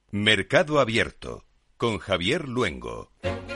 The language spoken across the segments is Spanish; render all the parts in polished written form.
Mercado Abierto con Javier Luengo.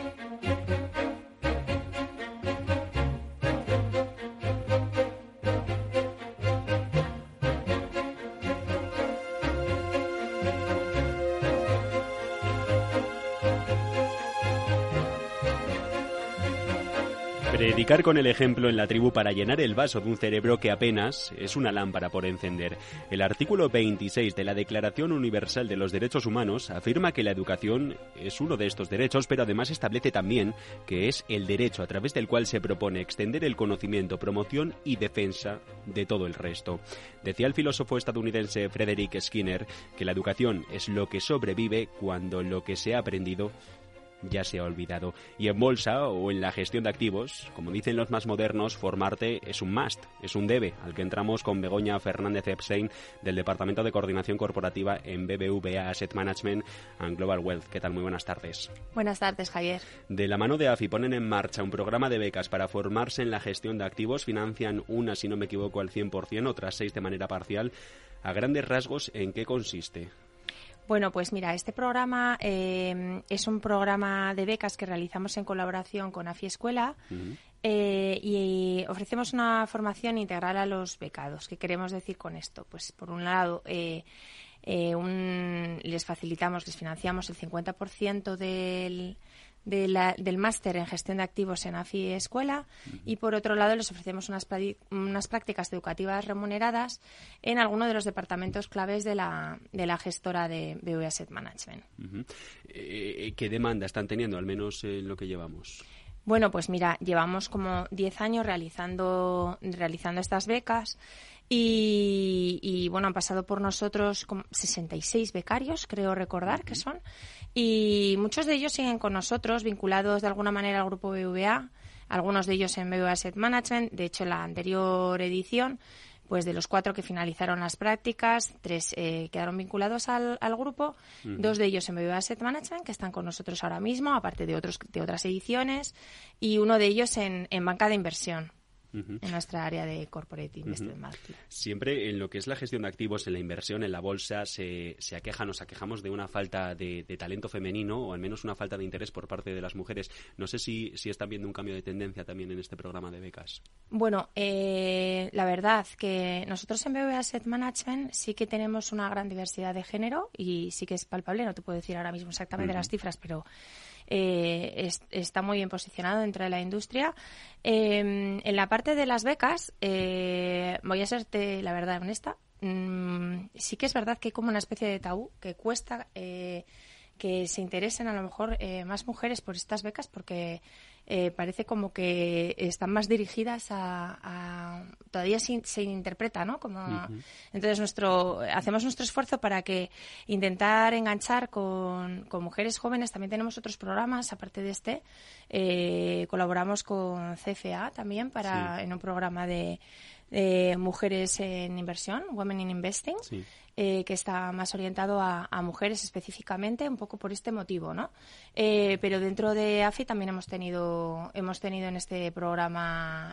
Predicar con el ejemplo en la tribu para llenar el vaso de un cerebro que apenas es una lámpara por encender. El artículo 26 de la Declaración Universal de los Derechos Humanos afirma que la educación es uno de estos derechos, pero además establece también que es el derecho a través del cual se propone extender el conocimiento, promoción y defensa de todo el resto. Decía el filósofo estadounidense Frederick Skinner que la educación es lo que sobrevive cuando lo que se ha aprendido ya se ha olvidado. Y en bolsa o en la gestión de activos, como dicen los más modernos, formarte es un must, es un debe, al que entramos con Begoña Fernández Epstein del Departamento de Coordinación Corporativa en BBVA Asset Management and Global Wealth. ¿Qué tal? Muy buenas tardes. Buenas tardes, Javier. De la mano de AFI ponen en marcha un programa de becas para formarse en la gestión de activos. Financian una, si no me equivoco, al 100%, otras 6 de manera parcial. A grandes rasgos, ¿en qué consiste? Bueno, pues mira, este programa es un programa de becas que realizamos en colaboración con AFI Escuela y ofrecemos una formación integral a los becados. ¿Qué queremos decir con esto? Pues por un lado, les financiamos el 50% del máster en gestión de activos en AFI Escuela y por otro lado les ofrecemos unas prácticas educativas remuneradas en alguno de los departamentos claves de la gestora de BBVA Asset Management. ¿Qué demanda están teniendo, al menos en lo que llevamos? Bueno, pues mira, llevamos como 10 años realizando estas becas y bueno, han pasado por nosotros como 66 becarios, creo recordar que son, y muchos de ellos siguen con nosotros, vinculados de alguna manera al grupo BBVA, algunos de ellos en BBVA Asset Management. De hecho, en la anterior edición, pues de los 4 que finalizaron las prácticas, 3 quedaron vinculados al grupo, 2 de ellos en BBVA Asset Management, que están con nosotros ahora mismo, aparte de otras ediciones, y uno de ellos en banca de inversión. En nuestra área de Corporate Investment Marketing. Siempre en lo que es la gestión de activos, en la inversión, en la bolsa, nos aquejamos de una falta de talento femenino o al menos una falta de interés por parte de las mujeres. No sé si están viendo un cambio de tendencia también en este programa de becas. Bueno, la verdad que nosotros en BBVA Asset Management sí que tenemos una gran diversidad de género y sí que es palpable, no te puedo decir ahora mismo exactamente las cifras, pero está muy bien posicionado dentro de la industria. En la parte de las becas, voy a serte la verdad honesta, sí que es verdad que hay como una especie de tabú que cuesta que se interesen a lo mejor más mujeres por estas becas porque parece como que están más dirigidas a todavía se interpreta, ¿no? Como entonces hacemos nuestro esfuerzo para que intentar enganchar con mujeres jóvenes. También tenemos otros programas aparte de este, colaboramos con CFA también en un programa de mujeres en inversión, Women in Investing, que está más orientado a mujeres específicamente, un poco por este motivo, ¿no? Pero dentro de AFI también hemos tenido en este programa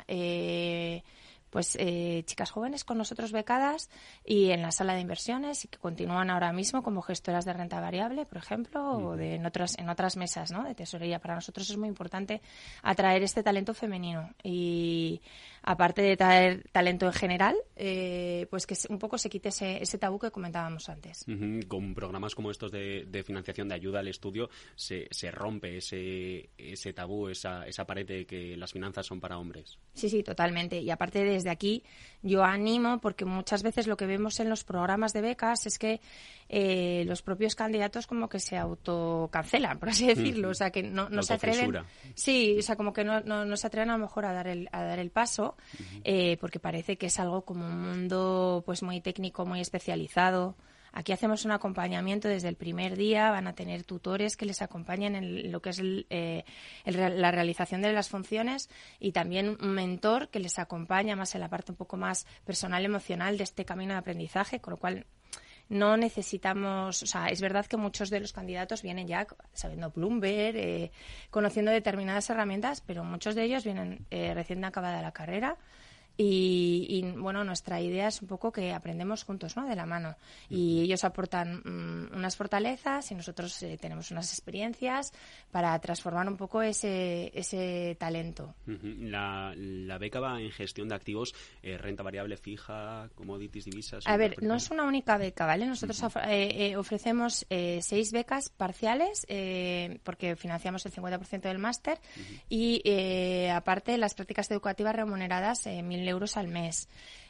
chicas jóvenes con nosotros becadas y en la sala de inversiones y que continúan ahora mismo como gestoras de renta variable, por ejemplo, o en otras mesas, ¿no? De tesorería. Para nosotros es muy importante atraer este talento femenino y aparte de traer talento en general, pues que un poco se quite ese tabú que comentábamos antes. Con programas como estos de financiación de ayuda al estudio se rompe ese tabú, esa pared de que las finanzas son para hombres. Sí, totalmente. Y aparte desde aquí yo animo, porque muchas veces lo que vemos en los programas de becas es que los propios candidatos como que se autocancelan, por así decirlo, o sea que no se atreven. Sí, o sea como que no se atreven a lo mejor a dar el paso, porque parece que es algo como un mundo pues muy técnico, muy especializado. Aquí hacemos un acompañamiento desde el primer día, van a tener tutores que les acompañan en lo que es la realización de las funciones y también un mentor que les acompaña más en la parte un poco más personal, emocional de este camino de aprendizaje, con lo cual no necesitamos, o sea, es verdad que muchos de los candidatos vienen ya sabiendo Bloomberg, conociendo determinadas herramientas, pero muchos de ellos vienen recién acabada la carrera Y bueno, nuestra idea es un poco que aprendemos juntos, ¿no? De la mano. Y ellos aportan unas fortalezas y nosotros tenemos unas experiencias para transformar un poco ese talento. La beca va en gestión de activos, renta variable fija, commodities, divisas. A ver, no es una única beca, ¿vale? Nosotros ofrecemos 6 becas parciales porque financiamos el 50% del máster y aparte las prácticas educativas remuneradas 1.000 euros al mes.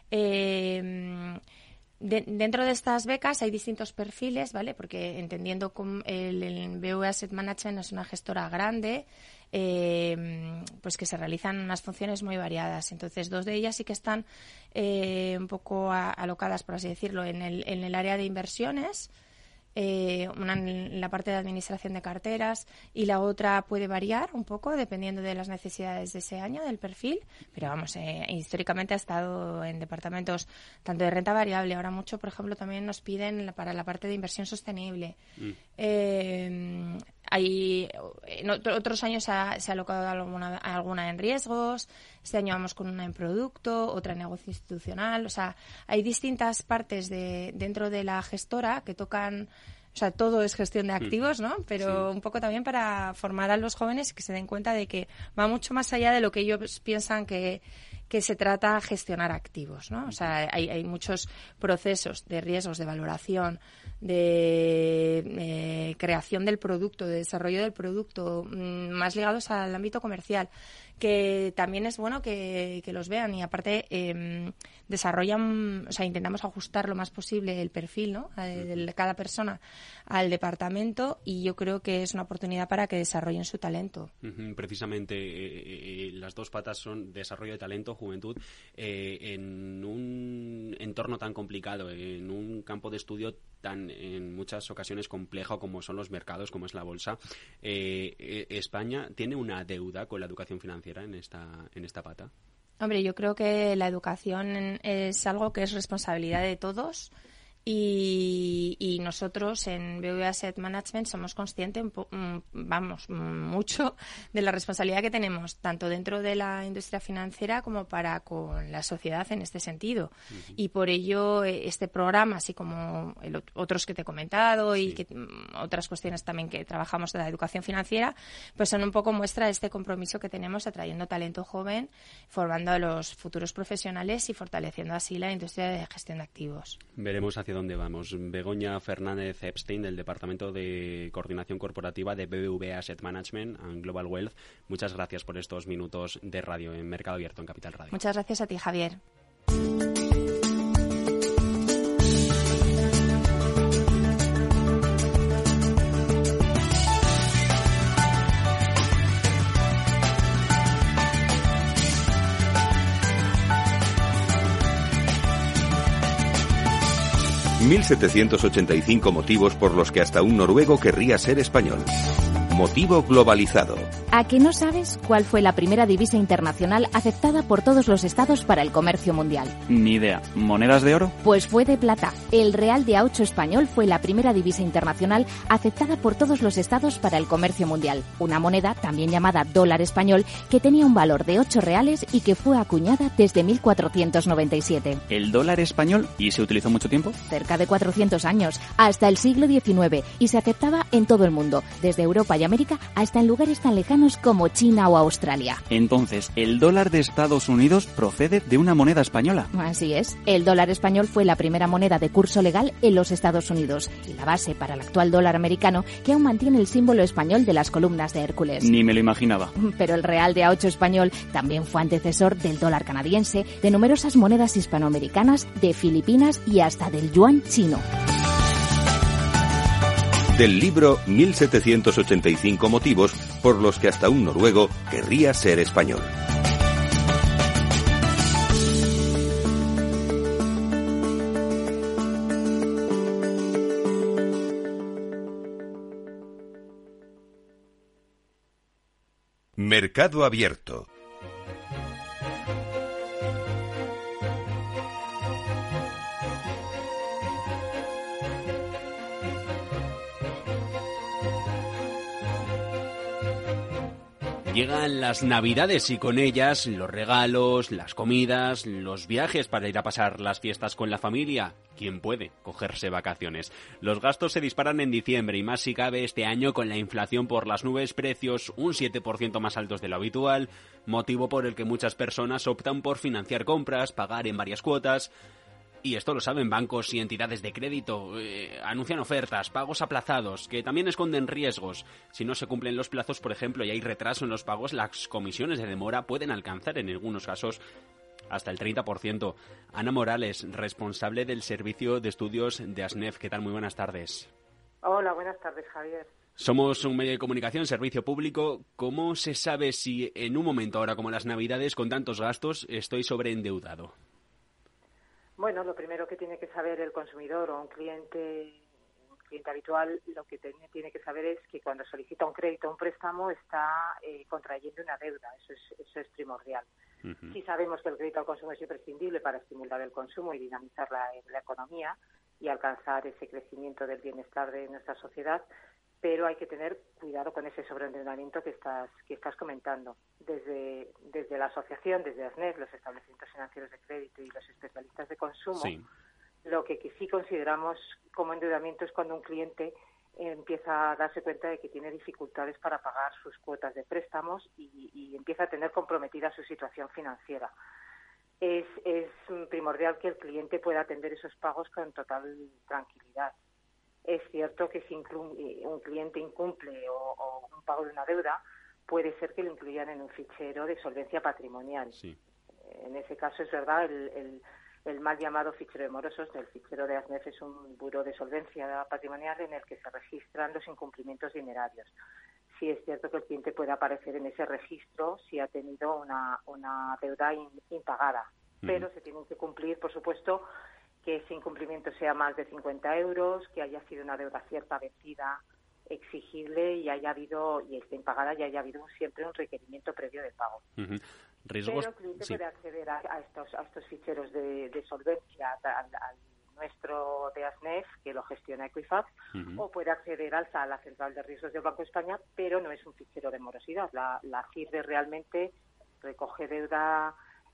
Dentro de estas becas hay distintos perfiles, ¿vale? Porque entendiendo que el BBVA Asset Management es una gestora grande, pues que se realizan unas funciones muy variadas. Entonces, 2 de ellas sí que están un poco alocadas, por así decirlo, en el área de inversiones. Una en la parte de administración de carteras y la otra puede variar un poco dependiendo de las necesidades de ese año, del perfil, pero vamos, históricamente ha estado en departamentos tanto de renta variable, ahora mucho, por ejemplo, también nos piden para la parte de inversión sostenible. En otros años se ha alocado alguna en riesgos, este año vamos con una en producto, otra en negocio institucional, o sea, hay distintas partes dentro de la gestora que tocan, o sea, todo es gestión de activos, ¿no? Pero un poco también para formar a los jóvenes que se den cuenta de que va mucho más allá de lo que ellos piensan que se trata gestionar activos, ¿no? O sea, hay muchos procesos de riesgos, de valoración, de creación del producto, de desarrollo del producto, más ligados al ámbito comercial, que también es bueno que los vean y aparte desarrollan, o sea, intentamos ajustar lo más posible el perfil, ¿no? De cada persona al departamento y yo creo que es una oportunidad para que desarrollen su talento. Precisamente las 2 patas son desarrollo de talento, juventud, en un entorno tan complicado, en un campo de estudio tan en muchas ocasiones complejo como son los mercados, como es la bolsa. ¿España tiene una deuda con la educación financiera en esta pata? Hombre, yo creo que la educación es algo que es responsabilidad de todos y nosotros en BBVA Asset Management somos conscientes, mucho de la responsabilidad que tenemos tanto dentro de la industria financiera como para con la sociedad en este sentido. Y por ello este programa, así como otros que te he comentado y que otras cuestiones también que trabajamos de la educación financiera, pues son un poco muestra de este compromiso que tenemos atrayendo talento joven, formando a los futuros profesionales y fortaleciendo así la industria de gestión de activos. Veremos hacia dónde vamos. Begoña Fernández Epstein, del Departamento de Coordinación Corporativa de BBVA Asset Management and Global Wealth. Muchas gracias por estos minutos de radio en Mercado Abierto en Capital Radio. Muchas gracias a ti, Javier. ...1785 motivos por los que hasta un noruego querría ser español. Motivo globalizado. ¿A que no sabes cuál fue la primera divisa internacional aceptada por todos los estados para el comercio mundial? Ni idea. ¿Monedas de oro? Pues fue de plata. El real de A8 español fue la primera divisa internacional aceptada por todos los estados para el comercio mundial. Una moneda, también llamada dólar español, que tenía un valor de 8 reales y que fue acuñada desde 1497. ¿El dólar español? ¿Y se utilizó mucho tiempo? Cerca de 400 años, hasta el siglo XIX, y se aceptaba en todo el mundo, desde Europa y América hasta en lugares tan lejanos como China o Australia. Entonces, ¿el dólar de Estados Unidos procede de una moneda española? Así es. El dólar español fue la primera moneda de curso legal en los Estados Unidos y la base para el actual dólar americano, que aún mantiene el símbolo español de las columnas de Hércules. Ni me lo imaginaba. Pero el real de A8 español también fue antecesor del dólar canadiense, de numerosas monedas hispanoamericanas, de Filipinas y hasta del yuan chino. Del libro 1785 motivos por los que hasta un noruego querría ser español. Mercado Abierto. Llegan las Navidades y con ellas los regalos, las comidas, los viajes para ir a pasar las fiestas con la familia. ¿Quién puede cogerse vacaciones? Los gastos se disparan en diciembre y más si cabe este año con la inflación por las nubes, precios un 7% más altos de lo habitual, motivo por el que muchas personas optan por financiar compras, pagar en varias cuotas. Y esto lo saben bancos y entidades de crédito. Anuncian ofertas, pagos aplazados, que también esconden riesgos. Si no se cumplen los plazos, por ejemplo, y hay retraso en los pagos, las comisiones de demora pueden alcanzar en algunos casos hasta el 30%. Ana Morales, responsable del Servicio de Estudios de ASNEF. ¿Qué tal? Muy buenas tardes. Hola, buenas tardes, Javier. Somos un medio de comunicación, servicio público. ¿Cómo se sabe si en un momento ahora como las Navidades, con tantos gastos, estoy sobreendeudado? Bueno, lo primero que tiene que saber el consumidor o un cliente habitual, lo que tiene que saber es que cuando solicita un crédito o un préstamo está contrayendo una deuda. Eso es primordial. Uh-huh. Sí sabemos que el crédito al consumo es imprescindible para estimular el consumo y dinamizar la economía y alcanzar ese crecimiento del bienestar de nuestra sociedad, pero hay que tener cuidado con ese sobreendeudamiento que estás comentando. Desde la asociación, desde ASNEF, los establecimientos financieros de crédito y los especialistas de consumo, sí. Lo que sí consideramos como endeudamiento es cuando un cliente empieza a darse cuenta de que tiene dificultades para pagar sus cuotas de préstamos y empieza a tener comprometida su situación financiera. Es primordial que el cliente pueda atender esos pagos con total tranquilidad. Es cierto que si un cliente incumple o un pago de una deuda, puede ser que lo incluyan en un fichero de solvencia patrimonial. Sí. En ese caso es verdad, el mal llamado fichero de morosos del fichero de ASNEF es un buró de solvencia patrimonial en el que se registran los incumplimientos dinerarios. Sí es cierto que el cliente puede aparecer en ese registro si ha tenido una deuda impagada, pero se tienen que cumplir, por supuesto, que ese incumplimiento sea más de 50 euros, que haya sido una deuda cierta, vencida, exigible y esté impagada y haya habido siempre un requerimiento previo de pago. Uh-huh. ¿Riesgos? Pero el cliente puede acceder a estos ficheros de solvencia, al nuestro de ASNEF, que lo gestiona Equifax, uh-huh. O puede acceder a la Central de Riesgos del Banco de España, pero no es un fichero de morosidad. La CIRDE realmente recoge deuda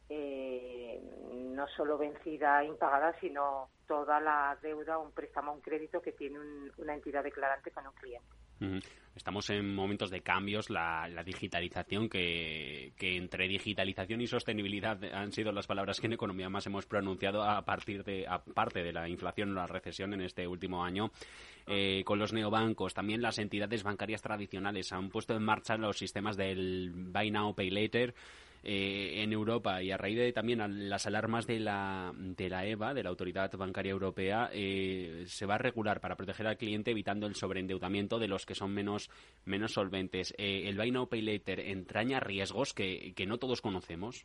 no solo vencida e impagada, sino toda la deuda, un préstamo, un crédito que tiene una entidad declarante con un cliente. Estamos en momentos de cambios, la digitalización, que entre digitalización y sostenibilidad han sido las palabras que en economía más hemos pronunciado aparte de la inflación o la recesión en este último año. Con los neobancos, también las entidades bancarias tradicionales han puesto en marcha los sistemas del Buy Now, Pay Later, en Europa, y a raíz de también las alarmas de la EBA, de la Autoridad Bancaria Europea, se va a regular para proteger al cliente evitando el sobreendeudamiento de los que son menos solventes. ¿El Buy Now Pay Later entraña riesgos que no todos conocemos?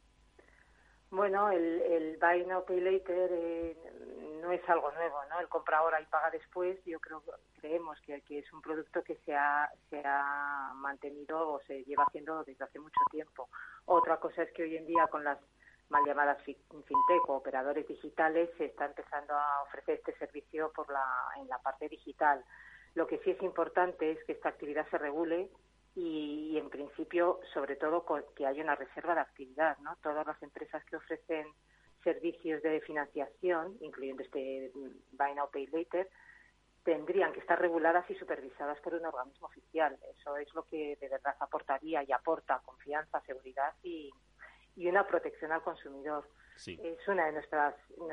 Bueno, el Buy Now Pay Later no es algo nuevo, ¿no? El compra ahora y paga después. Creemos que es un producto que se ha mantenido o se lleva haciendo desde hace mucho tiempo. Otra cosa es que hoy en día con las mal llamadas fintech o operadores digitales se está empezando a ofrecer este servicio en la parte digital. Lo que sí es importante es que esta actividad se regule y en principio, sobre todo, que haya una reserva de actividad, ¿no? Todas las empresas que ofrecen servicios de financiación, incluyendo este Buy Now Pay Later, tendrían que estar reguladas y supervisadas por un organismo oficial. Eso es lo que de verdad aportaría y aporta confianza, seguridad y una protección al consumidor. Sí. Es una de nuestras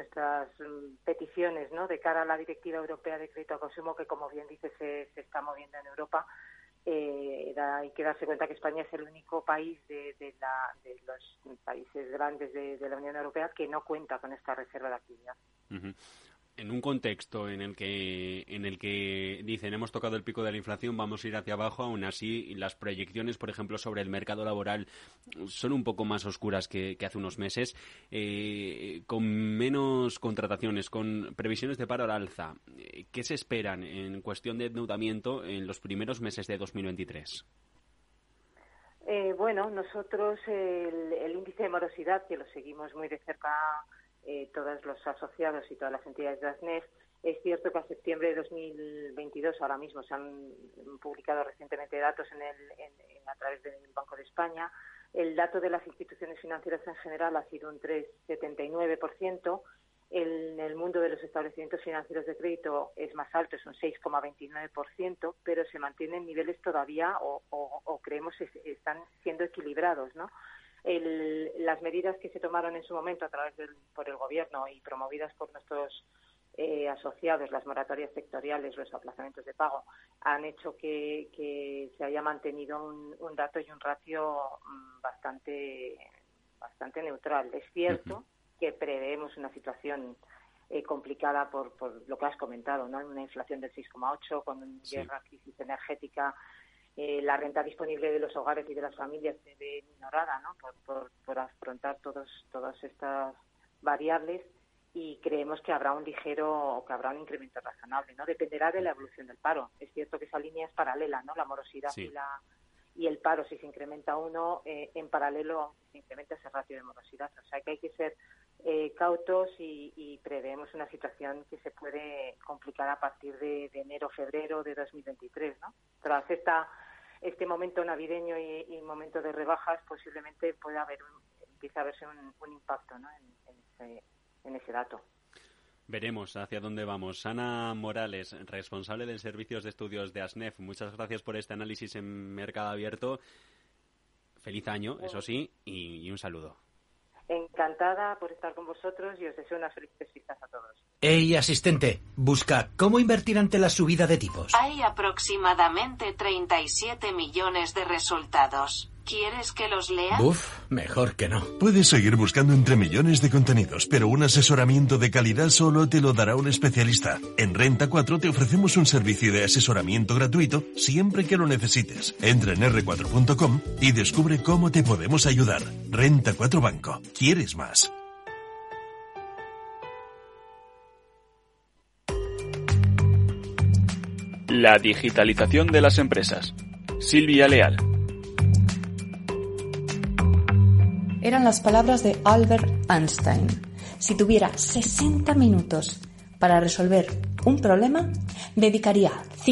peticiones, ¿no? De cara a la Directiva Europea de Crédito al Consumo, que, como bien dice, se está moviendo en Europa. Hay que darse cuenta que España es el único país de los países grandes de la Unión Europea que no cuenta con esta reserva de actividad. Uh-huh. En un contexto en el que dicen hemos tocado el pico de la inflación, vamos a ir hacia abajo, aún así las proyecciones, por ejemplo, sobre el mercado laboral son un poco más oscuras que hace unos meses, con menos contrataciones, con previsiones de paro al alza. ¿Qué se esperan en cuestión de endeudamiento en los primeros meses de 2023? Bueno, nosotros el índice de morosidad, que lo seguimos muy de cerca, todos los asociados y todas las entidades de ASNEF, Es cierto que a septiembre de 2022, ahora mismo se han publicado recientemente datos a través del Banco de España. El dato de las instituciones financieras en general ha sido un 3,79%. En el mundo de los establecimientos financieros de crédito es más alto, es un 6,29%, pero se mantienen niveles todavía o creemos están siendo equilibrados, ¿no? Las medidas que se tomaron en su momento por el Gobierno y promovidas por nuestros asociados, las moratorias sectoriales, los aplazamientos de pago, han hecho que se haya mantenido un dato y un ratio bastante neutral. Es cierto que preveemos una situación complicada por lo que has comentado, ¿no? Una inflación del 6,8 con una guerra, crisis energética. La renta disponible de los hogares y de las familias se ve minorada, ¿no? por afrontar todas estas variables, y creemos que habrá un incremento razonable, ¿no? Dependerá de la evolución del paro. Es cierto que esa línea es paralela, ¿no? La morosidad y el paro, si se incrementa uno, en paralelo se incrementa ese ratio de morosidad. O sea que hay que ser cautos y preveemos una situación que se puede complicar a partir de enero, febrero de 2023, ¿no? Tras este momento navideño y momento de rebajas, posiblemente empiece a verse un impacto, ¿no? en ese dato. Veremos hacia dónde vamos. Ana Morales, responsable de Servicios de Estudios de ASNEF, muchas gracias por este análisis en Mercado Abierto. Feliz año, eso sí, y un saludo. Encantada por estar con vosotros y os deseo unas felices fiestas a todos. Hey, asistente, busca cómo invertir ante la subida de tipos. Hay aproximadamente 37 millones de resultados. ¿Quieres que los lea? Mejor que no. Puedes seguir buscando entre millones de contenidos, pero un asesoramiento de calidad solo te lo dará un especialista. En Renta 4 te ofrecemos un servicio de asesoramiento gratuito siempre que lo necesites. Entra en r4.com y descubre cómo te podemos ayudar. Renta 4 Banco. ¿Quieres más? La digitalización de las empresas. Silvia Leal. Eran las palabras de Albert Einstein. Si tuviera 60 minutos para resolver un problema, dedicaría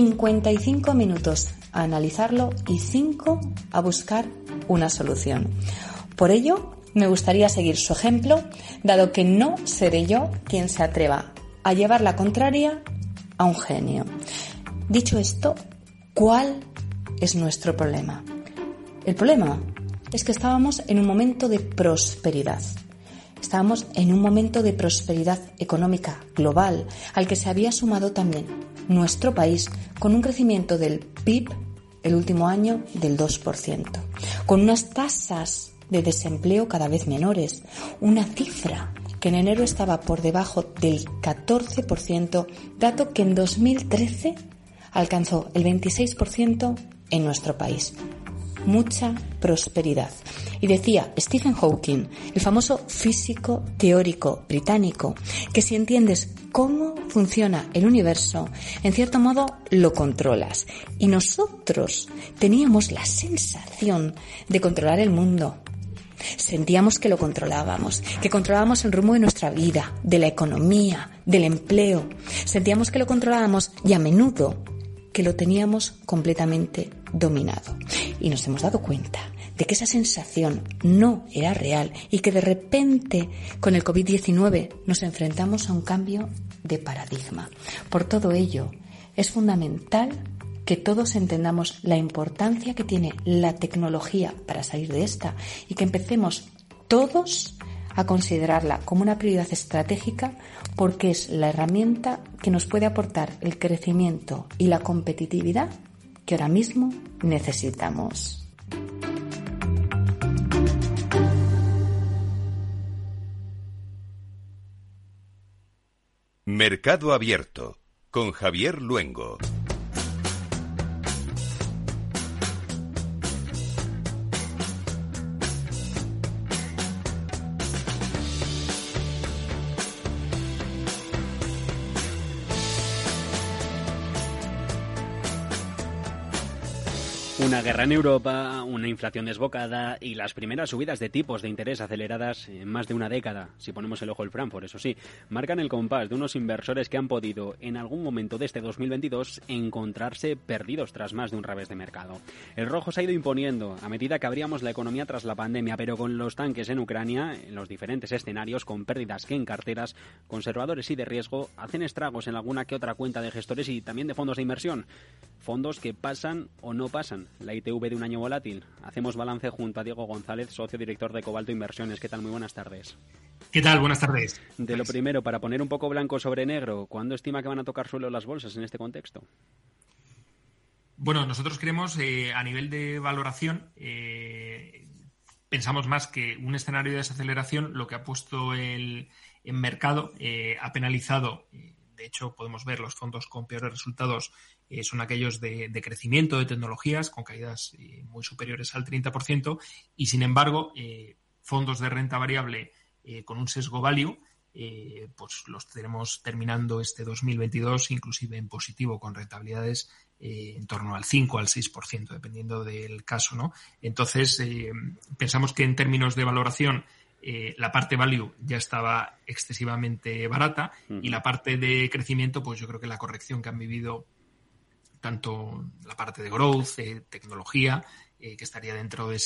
55 minutos a analizarlo y 5 a buscar una solución. Por ello, me gustaría seguir su ejemplo, dado que no seré yo quien se atreva a llevar la contraria a un genio. Dicho esto, ¿cuál es nuestro problema? El problema es que estábamos en un momento de prosperidad. Estábamos en un momento de prosperidad económica global, al que se había sumado también nuestro país, con un crecimiento del PIB el último año del 2%, con unas tasas de desempleo cada vez menores, una cifra que en enero estaba por debajo del 14%, dato que en 2013 alcanzó el 26% en nuestro país. Mucha prosperidad. Y decía Stephen Hawking, el famoso físico teórico británico, que si entiendes cómo funciona el universo, en cierto modo lo controlas. Y nosotros teníamos la sensación de controlar el mundo. Sentíamos que lo controlábamos, que controlábamos el rumbo de nuestra vida, de la economía, del empleo. Sentíamos que lo controlábamos y a menudo que lo teníamos completamente dominado. Y nos hemos dado cuenta de que esa sensación no era real y que de repente con el COVID-19 nos enfrentamos a un cambio de paradigma. Por todo ello, es fundamental que todos entendamos la importancia que tiene la tecnología para salir de esta y que empecemos todos a considerarla como una prioridad estratégica, porque es la herramienta que nos puede aportar el crecimiento y la competitividad que ahora mismo necesitamos. Mercado Abierto con Javier Luengo. Una guerra en Europa, una inflación desbocada y las primeras subidas de tipos de interés aceleradas en más de una década, si ponemos el ojo al Frankfurt, eso sí, marcan el compás de unos inversores que han podido, en algún momento de este 2022, encontrarse perdidos tras más de un revés de mercado. El rojo se ha ido imponiendo a medida que abríamos la economía tras la pandemia, pero con los tanques en Ucrania, en los diferentes escenarios, con pérdidas que en carteras, conservadores y de riesgo, hacen estragos en alguna que otra cuenta de gestores y también de fondos de inversión. Fondos que pasan o no pasan la ITV de un año volátil. Hacemos balance junto a Diego González, socio director de Cobalto Inversiones. ¿Qué tal? Muy buenas tardes. ¿Qué tal? Buenas tardes. De lo primero, para poner un poco blanco sobre negro, ¿cuándo estima que van a tocar suelo las bolsas en este contexto? Bueno, nosotros creemos, a nivel de valoración, pensamos más que un escenario de desaceleración, lo que ha puesto en mercado, ha penalizado. De hecho, podemos ver los fondos con peores resultados son aquellos de crecimiento de tecnologías con caídas muy superiores al 30% y, sin embargo, fondos de renta variable con un sesgo value, pues los tenemos terminando este 2022 inclusive en positivo con rentabilidades en torno al 5 al 6%, dependiendo del caso, ¿no? Entonces, pensamos que en términos de valoración la parte value ya estaba excesivamente barata y la parte de crecimiento, pues yo creo que la corrección que han vivido tanto la parte de growth, tecnología, que estaría dentro de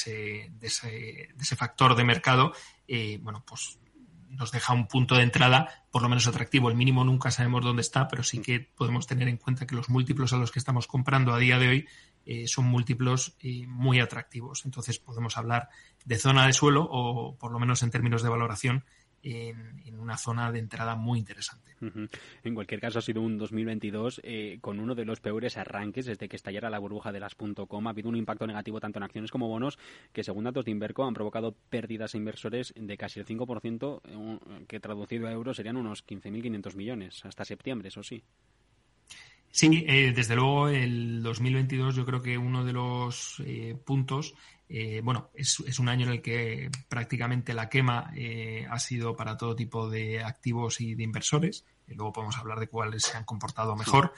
ese factor de mercado, bueno, pues nos deja un punto de entrada por lo menos atractivo. El mínimo nunca sabemos dónde está, pero sí que podemos tener en cuenta que los múltiplos a los que estamos comprando a día de hoy son múltiplos muy atractivos. Entonces podemos hablar de zona de suelo o, por lo menos en términos de valoración, en una zona de entrada muy interesante. En cualquier caso, ha sido un 2022 con uno de los peores arranques desde que estallara la burbuja de las .com. Ha habido un impacto negativo tanto en acciones como bonos que, según datos de Inverco, han provocado pérdidas a inversores de casi el 5%, que traducido a euros serían unos 15.500 millones hasta septiembre, eso sí. Sí, desde luego el 2022 yo creo que uno de los puntos, bueno, es un año en el que prácticamente la quema ha sido para todo tipo de activos y de inversores. Luego podemos hablar de cuáles se han comportado mejor,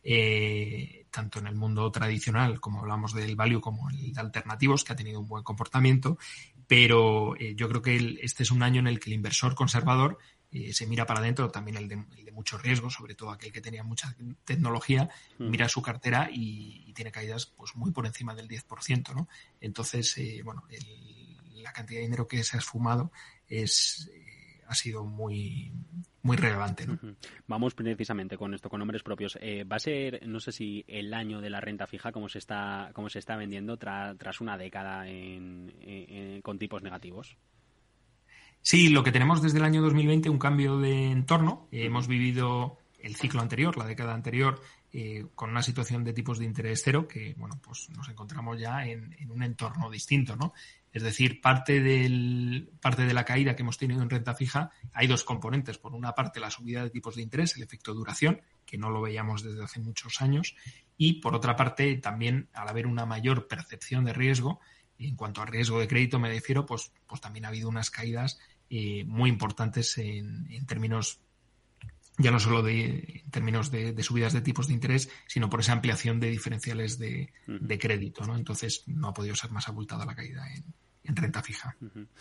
tanto en el mundo tradicional, como hablamos del value, como el de alternativos, que ha tenido un buen comportamiento. Pero yo creo que este es un año en el que el inversor conservador se mira para adentro, también el de mucho riesgo, sobre todo aquel que tenía mucha tecnología, mira su cartera y tiene caídas pues muy por encima del 10%, ¿no? Entonces, bueno, la cantidad de dinero que se ha esfumado ha sido muy relevante, ¿no? Vamos precisamente con esto, con nombres propios. Va a ser, no sé si el año de la renta fija, como se está vendiendo tras una década con tipos negativos. Sí, lo que tenemos desde el año 2020, un cambio de entorno. Hemos vivido el ciclo anterior, la década anterior, con una situación de tipos de interés cero, que, bueno, pues nos encontramos ya en un entorno distinto, ¿no? Es decir, parte de la caída que hemos tenido en renta fija, hay dos componentes. Por una parte, la subida de tipos de interés, el efecto duración, que no lo veíamos desde hace muchos años. Y, por otra parte, también, al haber una mayor percepción de riesgo, en cuanto a riesgo de crédito me refiero, pues también ha habido unas caídas muy importantes en términos, ya no solo en términos de subidas de tipos de interés, sino por esa ampliación de diferenciales de crédito, ¿no? Entonces no ha podido ser más abultada la caída en renta fija.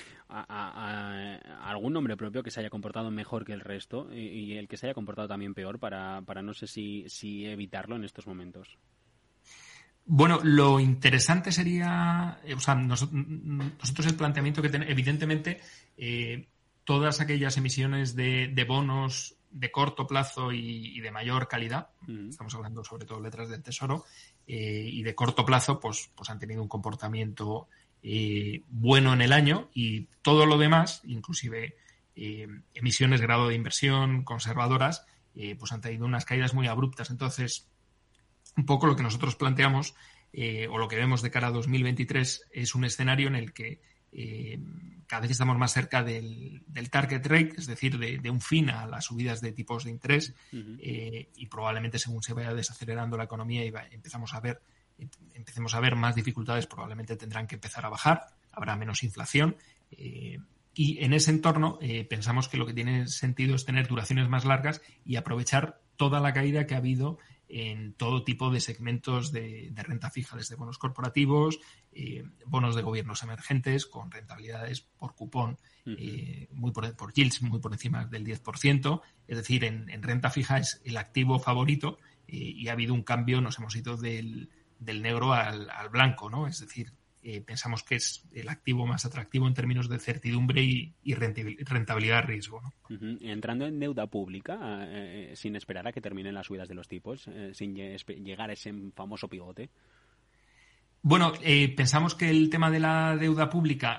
¿Algún nombre propio que se haya comportado mejor que el resto y el que se haya comportado también peor para no sé si evitarlo en estos momentos? Bueno, lo interesante sería, o sea, nosotros el planteamiento que tenemos, evidentemente, todas aquellas emisiones de bonos de corto plazo y de mayor calidad, estamos hablando sobre todo letras del Tesoro, y de corto plazo, pues han tenido un comportamiento bueno en el año, y todo lo demás, inclusive emisiones grado de inversión conservadoras, pues han tenido unas caídas muy abruptas. Entonces, un poco lo que nosotros planteamos o lo que vemos de cara a 2023 es un escenario en el que cada vez estamos más cerca del target rate, es decir, de un fin a las subidas de tipos de interés, y probablemente según se vaya desacelerando la economía y empecemos a ver más dificultades, probablemente tendrán que empezar a bajar, habrá menos inflación, y en ese entorno pensamos que lo que tiene sentido es tener duraciones más largas y aprovechar toda la caída que ha habido en todo tipo de segmentos de renta fija, desde bonos corporativos, bonos de gobiernos emergentes con rentabilidades por cupón, por yields muy por encima del 10%. Es decir, en renta fija es el activo favorito y ha habido un cambio, nos hemos ido del negro al blanco, ¿no? Es decir, pensamos que es el activo más atractivo en términos de certidumbre y rentabilidad a riesgo, ¿no? Entrando en deuda pública, sin esperar a que terminen las subidas de los tipos, sin llegar a ese famoso pivote. Bueno, pensamos que el tema de la deuda pública,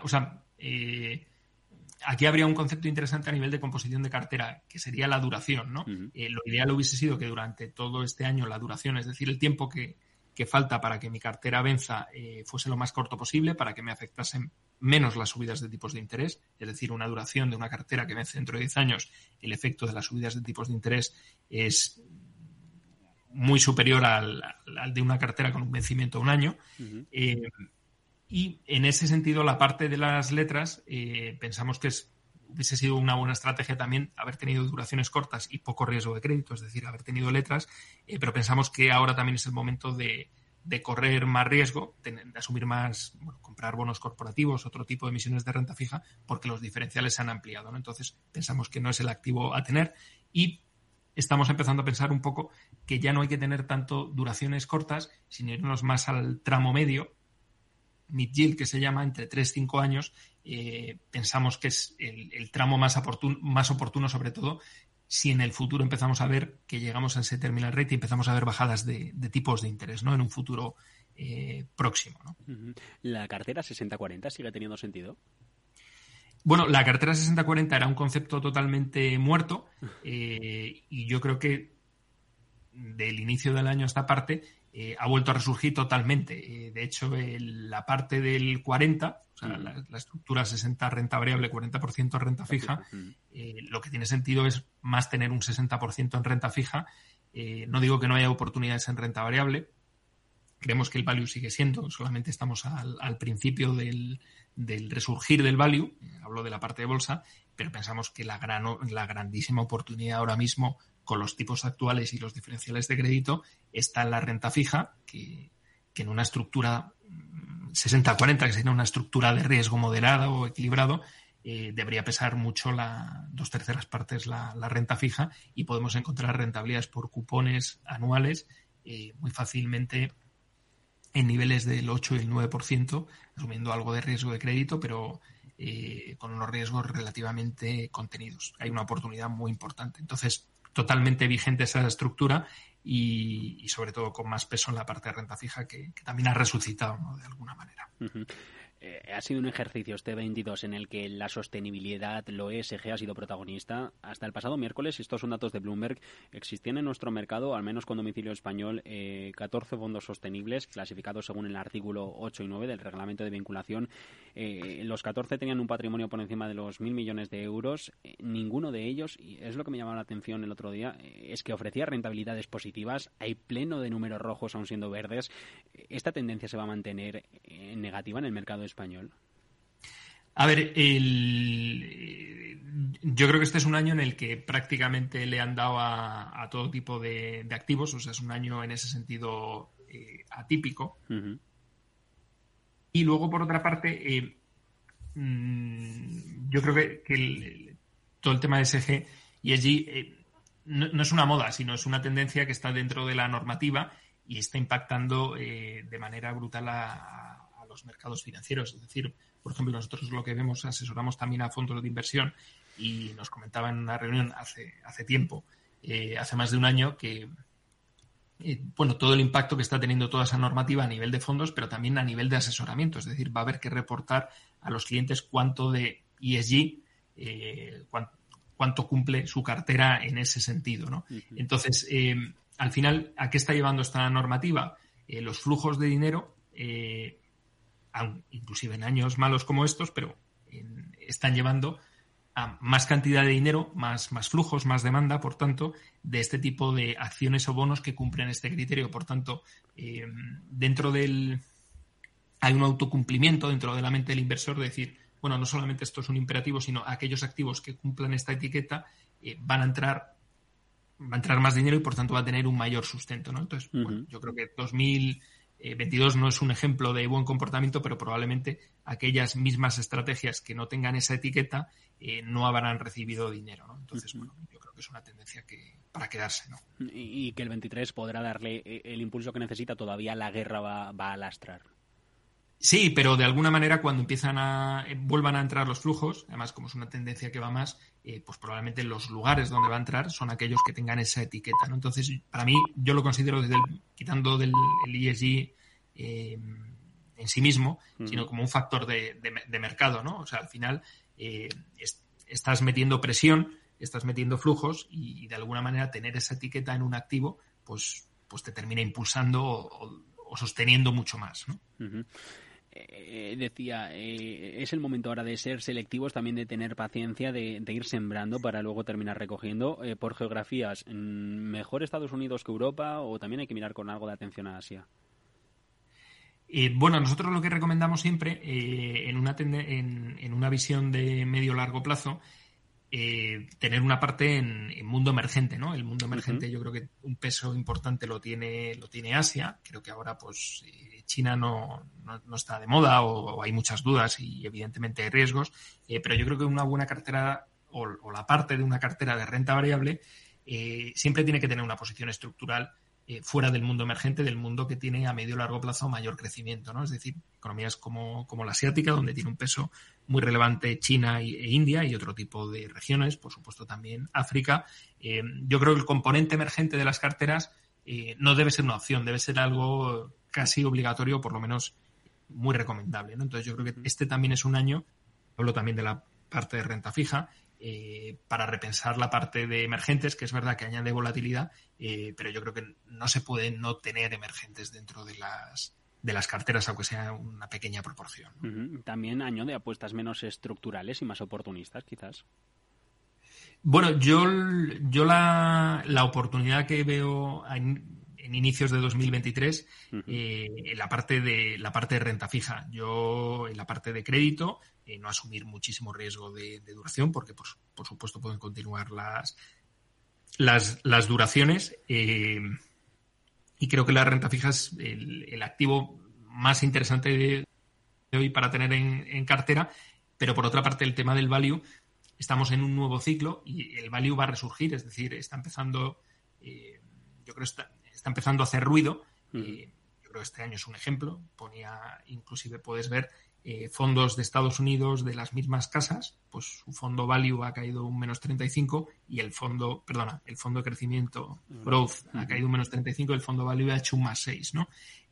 aquí habría un concepto interesante a nivel de composición de cartera, que sería la duración, ¿no? Lo ideal hubiese sido que durante todo este año la duración, es decir, el tiempo que falta para que mi cartera venza fuese lo más corto posible, para que me afectasen menos las subidas de tipos de interés, es decir, una duración de una cartera que vence dentro de 10 años, el efecto de las subidas de tipos de interés es muy superior al de una cartera con un vencimiento de un año. Y en ese sentido, la parte de las letras, pensamos que hubiese sido una buena estrategia también haber tenido duraciones cortas y poco riesgo de crédito, es decir, haber tenido letras, pero pensamos que ahora también es el momento de correr más riesgo, de asumir más, comprar bonos corporativos, otro tipo de emisiones de renta fija, porque los diferenciales se han ampliado, ¿no? Entonces, pensamos que no es el activo a tener y estamos empezando a pensar un poco que ya no hay que tener tanto duraciones cortas, sino irnos más al tramo medio, mid-yield, que se llama, entre 3 y 5 años. Pensamos que es el tramo más oportuno, sobre todo si en el futuro empezamos a ver que llegamos a ese terminal rate y empezamos a ver bajadas de tipos de interés, ¿no? En un futuro próximo, ¿no? ¿La cartera 60-40 sigue teniendo sentido? Bueno, la cartera 60-40 era un concepto totalmente muerto y yo creo que del inicio del año a esta parte ha vuelto a resurgir totalmente. De hecho, la parte del 40, o sea, la estructura 60 renta variable, 40% renta fija, lo que tiene sentido es más tener un 60% en renta fija. No digo que no haya oportunidades en renta variable. Creemos que el value sigue siendo, solamente estamos al principio del resurgir del value. Hablo de la parte de bolsa, pero pensamos que la grandísima oportunidad ahora mismo con los tipos actuales y los diferenciales de crédito está en la renta fija, que en una estructura 60-40, que sería una estructura de riesgo moderada o equilibrado, debería pesar mucho 2/3 partes la renta fija y podemos encontrar rentabilidades por cupones anuales muy fácilmente en niveles del 8 y el 9%, asumiendo algo de riesgo de crédito, pero con unos riesgos relativamente contenidos. Hay una oportunidad muy importante. Entonces, totalmente vigente esa estructura y sobre todo con más peso en la parte de renta fija que también ha resucitado, ¿no? De alguna manera. Ha sido un ejercicio este 22 en el que la sostenibilidad, lo ESG, ha sido protagonista. Hasta el pasado miércoles, estos son datos de Bloomberg, existían en nuestro mercado, al menos con domicilio español, 14 fondos sostenibles clasificados según el artículo 8 y 9 del reglamento de vinculación. Los 14 tenían un patrimonio por encima de los 1.000 millones de euros. Ninguno de ellos, y es lo que me llamaba la atención el otro día, es que ofrecía rentabilidades positivas. Hay pleno de números rojos aún siendo verdes. ¿Esta tendencia se va a mantener negativa en el mercado español? A ver, yo creo que este es un año en el que prácticamente le han dado a todo tipo de activos, o sea, es un año en ese sentido atípico. Y luego, por otra parte, yo creo que todo el tema de ESG y ESG no es una moda, sino es una tendencia que está dentro de la normativa y está impactando de manera brutal a los mercados financieros. Es decir, por ejemplo, nosotros lo que vemos, asesoramos también a fondos de inversión y nos comentaba en una reunión hace tiempo, hace más de un año, que todo el impacto que está teniendo toda esa normativa a nivel de fondos, pero también a nivel de asesoramiento. Es decir, va a haber que reportar a los clientes cuánto de ESG, cuánto cumple su cartera en ese sentido, ¿no? Entonces, al final, ¿a qué está llevando esta normativa? Los flujos de dinero, inclusive en años malos como estos, pero están llevando a más cantidad de dinero, más flujos, más demanda, por tanto, de este tipo de acciones o bonos que cumplen este criterio. Por tanto, hay un autocumplimiento dentro de la mente del inversor de decir, bueno, no solamente esto es un imperativo, sino aquellos activos que cumplan esta etiqueta van a entrar va a entrar más dinero y por tanto va a tener un mayor sustento, ¿no? Entonces, bueno, yo creo que 2022 no es un ejemplo de buen comportamiento, pero probablemente aquellas mismas estrategias que no tengan esa etiqueta no habrán recibido dinero, ¿no? Entonces, bueno, yo creo que es una tendencia para quedarse, ¿no? Y que el 23 podrá darle el impulso que necesita, todavía la guerra va a lastrar. Sí, pero de alguna manera cuando vuelvan a entrar los flujos, además como es una tendencia que va más, pues probablemente los lugares donde va a entrar son aquellos que tengan esa etiqueta, ¿no? Entonces, para mí, yo lo considero quitando del ESG en sí mismo, sino como un factor de mercado, ¿no? O sea, al final estás metiendo presión, estás metiendo flujos y de alguna manera tener esa etiqueta en un activo, pues te termina impulsando o sosteniendo mucho más, ¿no? Decía, es el momento ahora de ser selectivos, también de tener paciencia, de ir sembrando para luego terminar recogiendo. Por geografías, ¿mejor Estados Unidos que Europa o también hay que mirar con algo de atención a Asia? Bueno, nosotros lo que recomendamos siempre en una visión de medio-largo plazo, tener una parte en mundo emergente, ¿no? El mundo emergente yo creo que un peso importante lo tiene Asia. Creo que ahora pues China no está de moda o hay muchas dudas y evidentemente hay riesgos, pero yo creo que una buena cartera o la parte de una cartera de renta variable siempre tiene que tener una posición estructural fuera del mundo emergente, del mundo que tiene a medio o largo plazo mayor crecimiento, ¿no? Es decir, economías como la asiática, donde tiene un peso muy relevante China e India y otro tipo de regiones, por supuesto también África. Yo creo que el componente emergente de las carteras no debe ser una opción, debe ser algo casi obligatorio, por lo menos muy recomendable, ¿no? Entonces yo creo que este también es un año, hablo también de la parte de renta fija, para repensar la parte de emergentes, que es verdad que añade volatilidad, pero yo creo que no se puede no tener emergentes dentro de las carteras, aunque sea una pequeña proporción, ¿no? También año de apuestas menos estructurales y más oportunistas, quizás. Bueno, yo la oportunidad que veo en inicios de 2023, en la parte de renta fija, yo en la parte de crédito, no asumir muchísimo riesgo de duración, porque por supuesto pueden continuar las duraciones, y creo que la renta fija es el activo más interesante de hoy para tener en cartera, pero por otra parte el tema del value, estamos en un nuevo ciclo y el value va a resurgir, es decir, está empezando, yo creo está empezando a hacer ruido. Yo creo que este año es un ejemplo. Inclusive puedes ver fondos de Estados Unidos de las mismas casas, pues su fondo value ha caído un menos 35 y el fondo de crecimiento growth ha caído un menos 35 y el fondo value ha hecho un más 6, ¿no?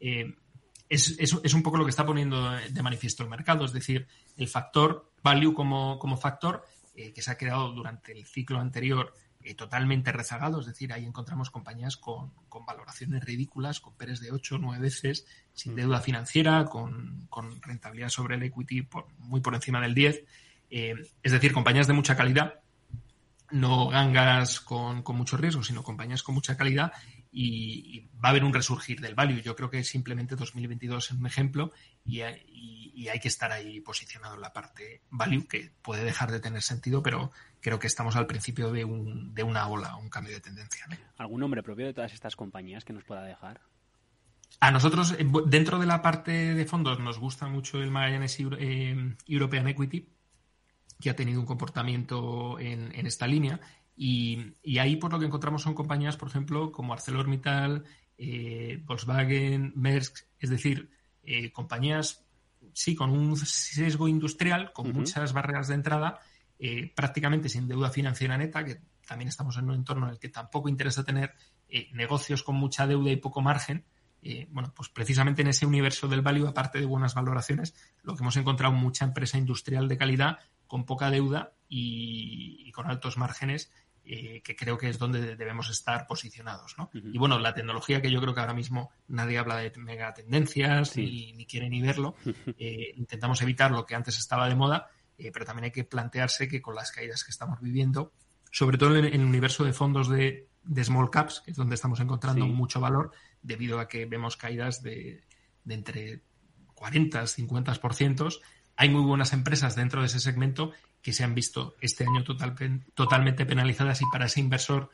Es un poco lo que está poniendo de manifiesto el mercado, es decir, el factor value como factor que se ha quedado durante el ciclo anterior totalmente rezagado, es decir, ahí encontramos compañías con valoraciones ridículas, con PERs de 8 o 9 veces, sin deuda financiera, con rentabilidad sobre el equity muy por encima del 10. Es decir, compañías de mucha calidad, no gangas con mucho riesgo, sino compañías con mucha calidad y va a haber un resurgir del value. Yo creo que simplemente 2022 es un ejemplo y hay que estar ahí posicionado en la parte value, que puede dejar de tener sentido, pero creo que estamos al principio de una ola, un cambio de tendencia, ¿no? ¿Algún nombre propio de todas estas compañías que nos pueda dejar? A nosotros, dentro de la parte de fondos, nos gusta mucho el Magallanes European Equity, que ha tenido un comportamiento en esta línea. Y ahí por lo que encontramos son compañías, por ejemplo, como ArcelorMittal, Volkswagen, Maersk, es decir, compañías, sí, con un sesgo industrial, con muchas barreras de entrada, prácticamente sin deuda financiera neta, que también estamos en un entorno en el que tampoco interesa tener negocios con mucha deuda y poco margen. Bueno, pues precisamente en ese universo del value, aparte de buenas valoraciones, lo que hemos encontrado mucha empresa industrial de calidad, con poca deuda y con altos márgenes, que creo que es donde debemos estar posicionados, ¿no? Y bueno, la tecnología, que yo creo que ahora mismo nadie habla de megatendencias, ni quiere ni verlo. Intentamos evitar lo que antes estaba de moda, pero también hay que plantearse que con las caídas que estamos viviendo, sobre todo en el universo de fondos de small caps, que es donde estamos encontrando mucho valor, debido a que vemos caídas de entre 40 y 50%. Hay muy buenas empresas dentro de ese segmento que se han visto este año totalmente penalizadas, y para ese inversor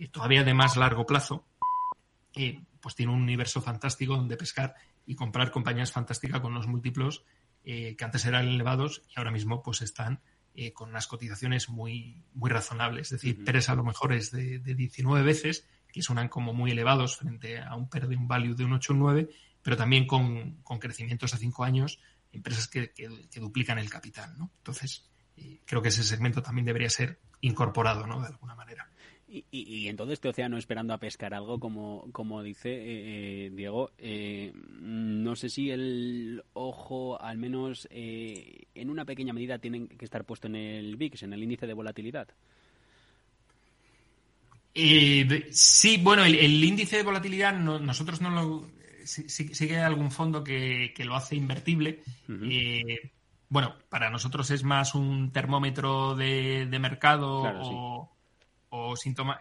todavía de más largo plazo, pues tiene un universo fantástico donde pescar y comprar compañías fantásticas con unos múltiplos que antes eran elevados y ahora mismo pues están con unas cotizaciones muy, muy razonables. Es decir, PERs a lo mejor es de 19 veces, que suenan como muy elevados frente a un PER de un value de un 8 o 9, pero también con crecimientos a 5 años, empresas que duplican el capital, ¿no? Entonces, creo que ese segmento también debería ser incorporado, ¿no? De alguna manera. Y en todo este océano esperando a pescar algo, como dice Diego, no sé si el ojo, al menos en una pequeña medida, tiene que estar puesto en el VIX, en el índice de volatilidad. Sí, bueno, el índice de volatilidad nosotros no lo... Sí que hay algún fondo que lo hace invertible. Bueno, para nosotros es más un termómetro de mercado, claro, o síntoma.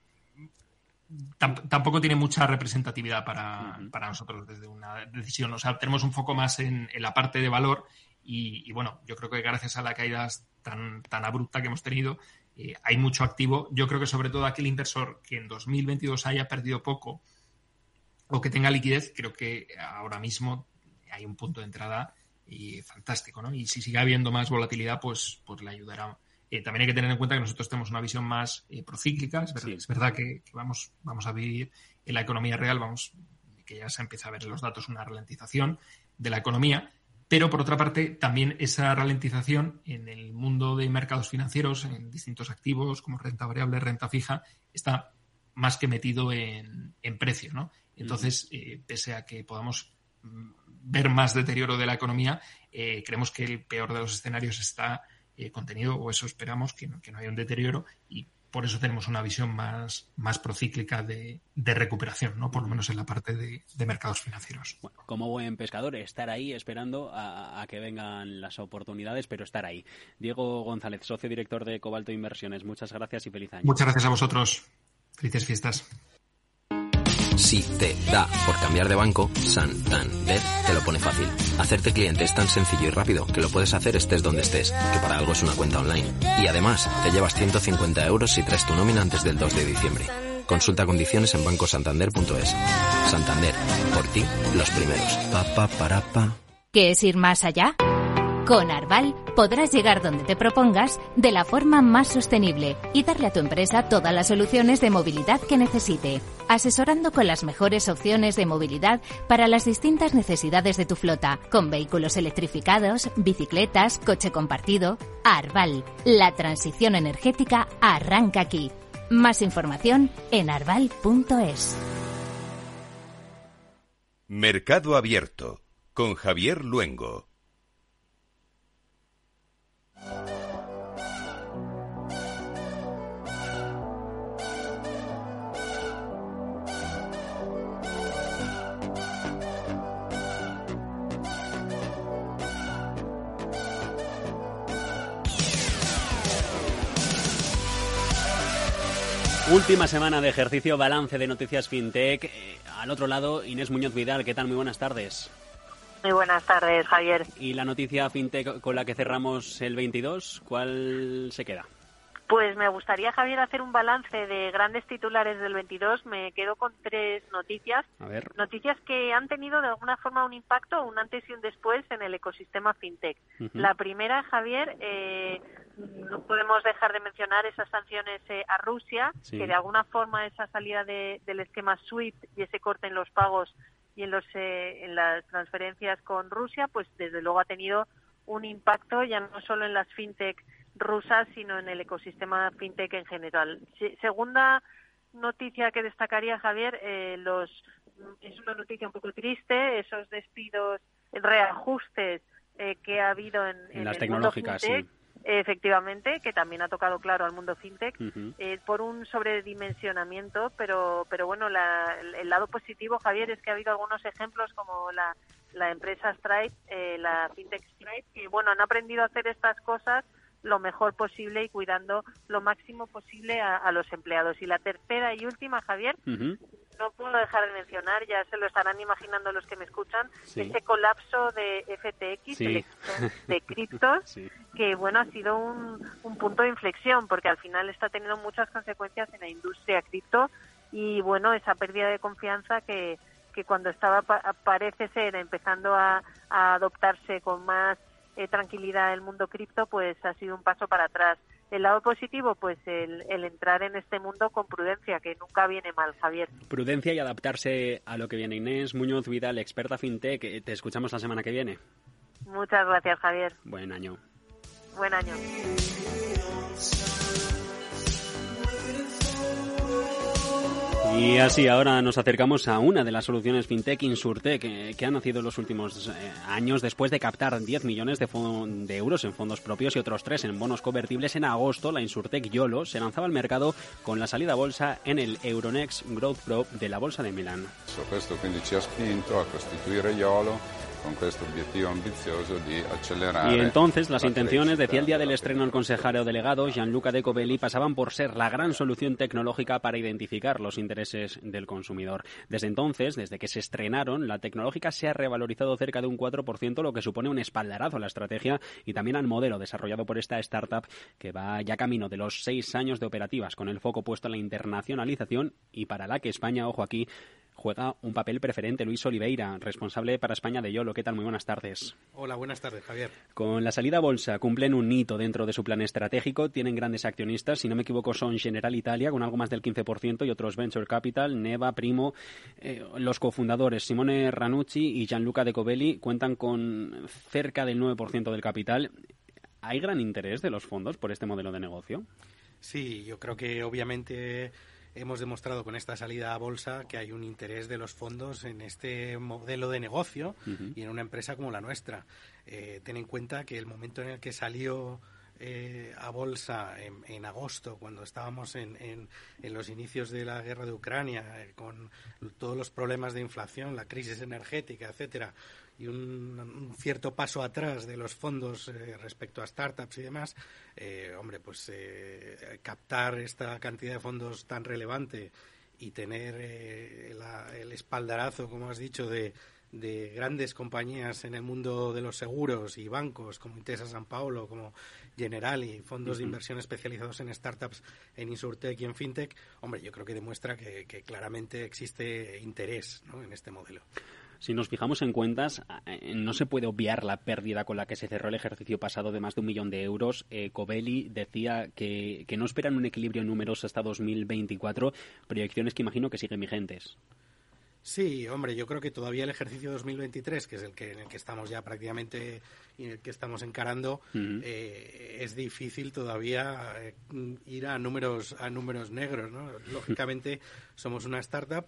Tampoco tiene mucha representatividad para nosotros desde una decisión. O sea, tenemos un foco más en la parte de valor y bueno, yo creo que gracias a la caída tan abrupta que hemos tenido, hay mucho activo. Yo creo que sobre todo aquel inversor que en 2022 haya perdido poco o que tenga liquidez, creo que ahora mismo hay un punto de entrada fantástico, ¿no? Y si sigue habiendo más volatilidad, pues le ayudará. También hay que tener en cuenta que nosotros tenemos una visión más procíclica. Es verdad que vamos a vivir en la economía real, que ya se empieza a ver en los datos una ralentización de la economía, pero por otra parte también esa ralentización en el mundo de mercados financieros, en distintos activos como renta variable, renta fija, está más que metido en precio, ¿no? Entonces, pese a que podamos ver más deterioro de la economía, creemos que el peor de los escenarios está contenido, o eso esperamos, que no haya un deterioro, y por eso tenemos una visión más procíclica de recuperación, ¿no? Por lo menos en la parte de mercados financieros. Bueno, como buen pescador, estar ahí esperando a que vengan las oportunidades, pero estar ahí. Diego González, socio director de Cobalto Inversiones, muchas gracias y feliz año. Muchas gracias a vosotros. Felices fiestas. Si te da por cambiar de banco, Santander te lo pone fácil. Hacerte cliente es tan sencillo y rápido que lo puedes hacer estés donde estés, que para algo es una cuenta online. Y además, te llevas 150 € si traes tu nómina antes del 2 de diciembre. Consulta condiciones en bancosantander.es. Santander, por ti, los primeros. ¿Qué es ir más allá? Con Arval podrás llegar donde te propongas de la forma más sostenible y darle a tu empresa todas las soluciones de movilidad que necesite, asesorando con las mejores opciones de movilidad para las distintas necesidades de tu flota, con vehículos electrificados, bicicletas, coche compartido. Arval, la transición energética arranca aquí. Más información en arval.es. Mercado Abierto con Javier Luengo. Última semana de ejercicio, balance de noticias fintech. Al otro lado, Inés Muñoz Vidal. ¿Qué tal? Muy buenas tardes. Muy buenas tardes, Javier. ¿Y la noticia fintech con la que cerramos el 22, cuál se queda? Pues me gustaría, Javier, hacer un balance de grandes titulares del 22. Me quedo con 3 noticias. A ver. Noticias que han tenido de alguna forma un impacto, un antes y un después en el ecosistema fintech. La primera, Javier, no podemos dejar de mencionar esas sanciones a Rusia, que de alguna forma esa salida del esquema SWIFT y ese corte en los pagos y en las transferencias con Rusia, pues desde luego ha tenido un impacto ya no solo en las fintech rusas, sino en el ecosistema fintech en general. Segunda noticia que destacaría, Javier, es una noticia un poco triste, esos despidos, reajustes que ha habido en las el tecnológicas, mundo fintech, sí. Efectivamente, que también ha tocado claro al mundo fintech, por un sobredimensionamiento, pero bueno, el lado positivo, Javier, es que ha habido algunos ejemplos como la empresa Stripe, la fintech Stripe, que bueno, han aprendido a hacer estas cosas lo mejor posible y cuidando lo máximo posible a los empleados. Y la tercera y última, Javier, no puedo dejar de mencionar, ya se lo estarán imaginando los que me escuchan, sí. ese colapso de FTX, sí. el exchange de criptos, sí. que bueno, ha sido un punto de inflexión, porque al final está teniendo muchas consecuencias en la industria cripto, y bueno, esa pérdida de confianza que cuando estaba, parece ser, empezando a adoptarse con más tranquilidad el mundo cripto, pues ha sido un paso para atrás. El lado positivo, pues el entrar en este mundo con prudencia, que nunca viene mal, Javier. Prudencia y adaptarse a lo que viene. Inés Muñoz Vidal, experta fintech, te escuchamos la semana que viene. Muchas gracias, Javier. Buen año. Buen año. Y así ahora nos acercamos a una de las soluciones fintech, Insurtech, que ha nacido en los últimos años después de captar 10 millones de euros en fondos propios y otros 3 en bonos convertibles. En agosto, la Insurtech YOLO se lanzaba al mercado con la salida a bolsa en el Euronext Growth Pro de la Bolsa de Milán. Questo quindi ci ha spinto a costituire YOLO con questo obiettivo ambizioso di accelerare. Y entonces las intenciones, decía el día del estreno el consejero delegado Gianluca De Covelli, pasaban por ser la gran solución tecnológica para identificar los intereses del consumidor. Desde entonces, desde que se estrenaron, la tecnológica se ha revalorizado cerca de un 4%, lo que supone un espaldarazo a la estrategia y también al modelo desarrollado por esta startup que va ya camino de los 6 años de operativas, con el foco puesto en la internacionalización y para la que España, ojo aquí, juega un papel preferente. Luis Oliveira, responsable para España de YOLO. ¿Qué tal? Muy buenas tardes. Hola, buenas tardes, Javier. Con la salida a bolsa cumplen un hito dentro de su plan estratégico. Tienen grandes accionistas. Si no me equivoco, son General Italia, con algo más del 15%, y otros Venture Capital, Neva, Primo. Los cofundadores, Simone Ranucci y Gianluca De Covelli, cuentan con cerca del 9% del capital. ¿Hay gran interés de los fondos por este modelo de negocio? Sí, yo creo que obviamente hemos demostrado con esta salida a bolsa que hay un interés de los fondos en este modelo de negocio y en una empresa como la nuestra. Ten en cuenta que el momento en el que salió a bolsa en agosto, cuando estábamos en los inicios de la guerra de Ucrania, con todos los problemas de inflación, la crisis energética, etcétera, y un cierto paso atrás de los fondos respecto a startups y demás, captar esta cantidad de fondos tan relevante y tener el espaldarazo, como has dicho, de grandes compañías en el mundo de los seguros y bancos como Intesa Sanpaolo, como Generali, fondos de inversión especializados en startups, en Insurtech y en Fintech, yo creo que demuestra que claramente existe interés, ¿no?, en este modelo. Si nos fijamos en cuentas, no se puede obviar la pérdida con la que se cerró el ejercicio pasado de más de 1 millón de euros. Covelli decía que no esperan un equilibrio en números hasta 2024, proyecciones que imagino que siguen vigentes. Sí, yo creo que todavía el ejercicio 2023, que es en el que estamos ya prácticamente y en el que estamos encarando, es difícil todavía ir a números negros, ¿no? Lógicamente somos una startup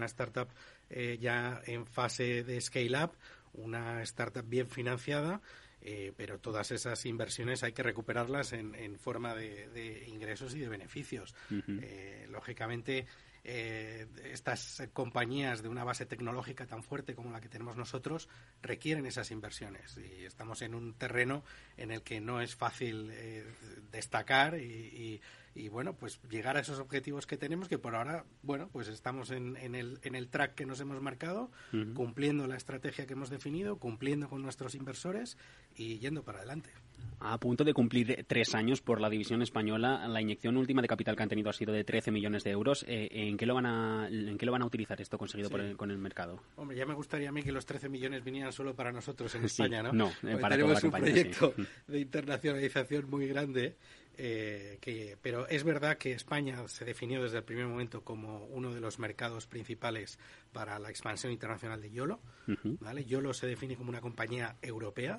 ya en fase de scale-up, una startup bien financiada, pero todas esas inversiones hay que recuperarlas en forma de ingresos y de beneficios. Lógicamente, estas compañías de una base tecnológica tan fuerte como la que tenemos nosotros requieren esas inversiones y estamos en un terreno en el que no es fácil destacar y llegar a esos objetivos que tenemos, que por ahora estamos en el track que nos hemos marcado, cumpliendo la estrategia que hemos definido, cumpliendo con nuestros inversores y yendo para adelante. A punto de cumplir 3 años por la división española, la inyección última de capital que han tenido ha sido de 13 millones de euros. ¿En qué lo van a utilizar esto conseguido con el mercado? Ya me gustaría a mí que los 13 millones vinieran solo para nosotros en España, ¿no? No, para tenemos toda la un proyecto de internacionalización muy grande, pero es verdad que España se definió desde el primer momento como uno de los mercados principales para la expansión internacional de YOLO. ¿Vale? YOLO se define como una compañía europea.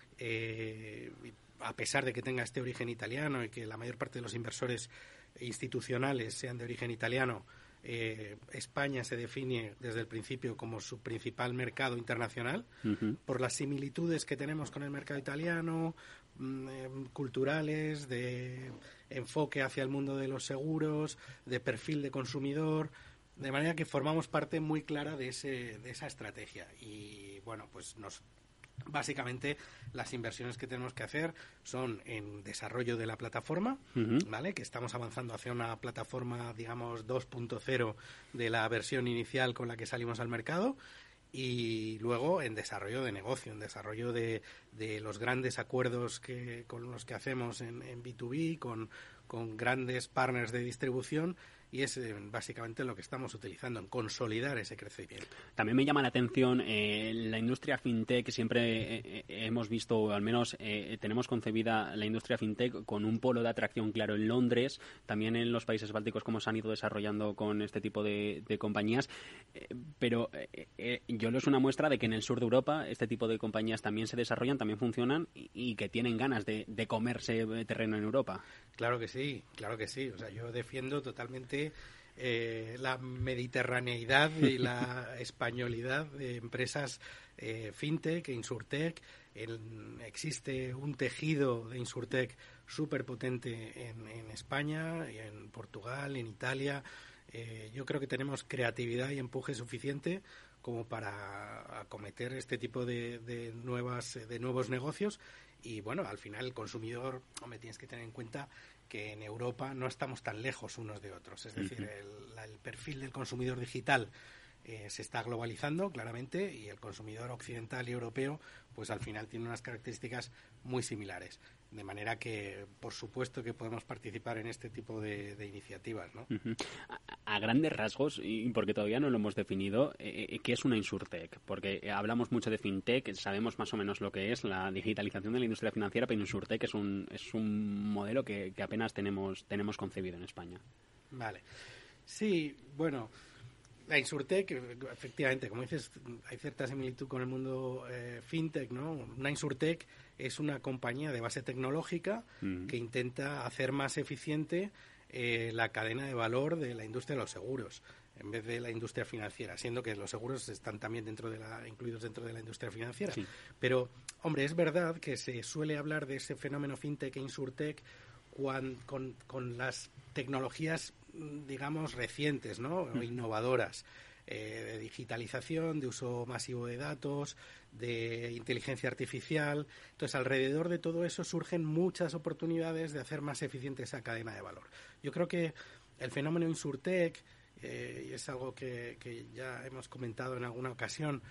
A pesar de que tenga este origen italiano y que la mayor parte de los inversores institucionales sean de origen italiano, España se define desde el principio como su principal mercado internacional por las similitudes que tenemos con el mercado italiano, culturales, de enfoque hacia el mundo de los seguros, de perfil de consumidor, de manera que formamos parte muy clara de esa estrategia y nos Básicamente, las inversiones que tenemos que hacer son en desarrollo de la plataforma, ¿vale? Que estamos avanzando hacia una plataforma, digamos, 2.0 de la versión inicial con la que salimos al mercado, y luego en desarrollo de negocio, en desarrollo de los grandes acuerdos con los que hacemos en B2B, con grandes partners de distribución, y es básicamente lo que estamos utilizando, en consolidar ese crecimiento. También me llama la atención la industria fintech. Siempre hemos visto, o al menos tenemos concebida la industria fintech con un polo de atracción claro en Londres, también en los países bálticos, cómo se han ido desarrollando con este tipo de compañías, pero Yolo es una muestra de que en el sur de Europa este tipo de compañías también se desarrollan, también funcionan y que tienen ganas de comerse terreno en Europa. Claro que sí, claro que sí. O sea, yo defiendo totalmente la mediterraneidad y la españolidad de empresas fintech e insurtech. Existe un tejido de insurtech súper potente en España, en Portugal, en Italia. Yo creo que tenemos creatividad y empuje suficiente como para acometer este tipo de nuevos negocios. Y bueno, al final el consumidor, tienes que tener en cuenta que en Europa no estamos tan lejos unos de otros. Es decir, el perfil del consumidor digital se está globalizando claramente, y el consumidor occidental y europeo pues al final tiene unas características muy similares. De manera que, por supuesto, que podemos participar en este tipo de iniciativas, ¿no? A grandes rasgos, y porque todavía no lo hemos definido, ¿qué es una insurtech? Porque hablamos mucho de fintech, sabemos más o menos lo que es la digitalización de la industria financiera, pero insurtech es un modelo que apenas tenemos concebido en España. Vale. Sí, bueno, la insurtech, efectivamente, como dices, hay cierta similitud con el mundo fintech, ¿no? Una insurtech es una compañía de base tecnológica que intenta hacer más eficiente la cadena de valor de la industria de los seguros, en vez de la industria financiera, siendo que los seguros están también incluidos dentro de la industria financiera. Sí. Pero, hombre, es verdad que se suele hablar de ese fenómeno fintech e insurtech con las tecnologías, digamos, recientes, ¿no? O innovadoras, de digitalización, de uso masivo de datos, de inteligencia artificial. Entonces, alrededor de todo eso surgen muchas oportunidades de hacer más eficiente esa cadena de valor. Yo creo que el fenómeno insurtech, y es algo que ya hemos comentado en alguna ocasión,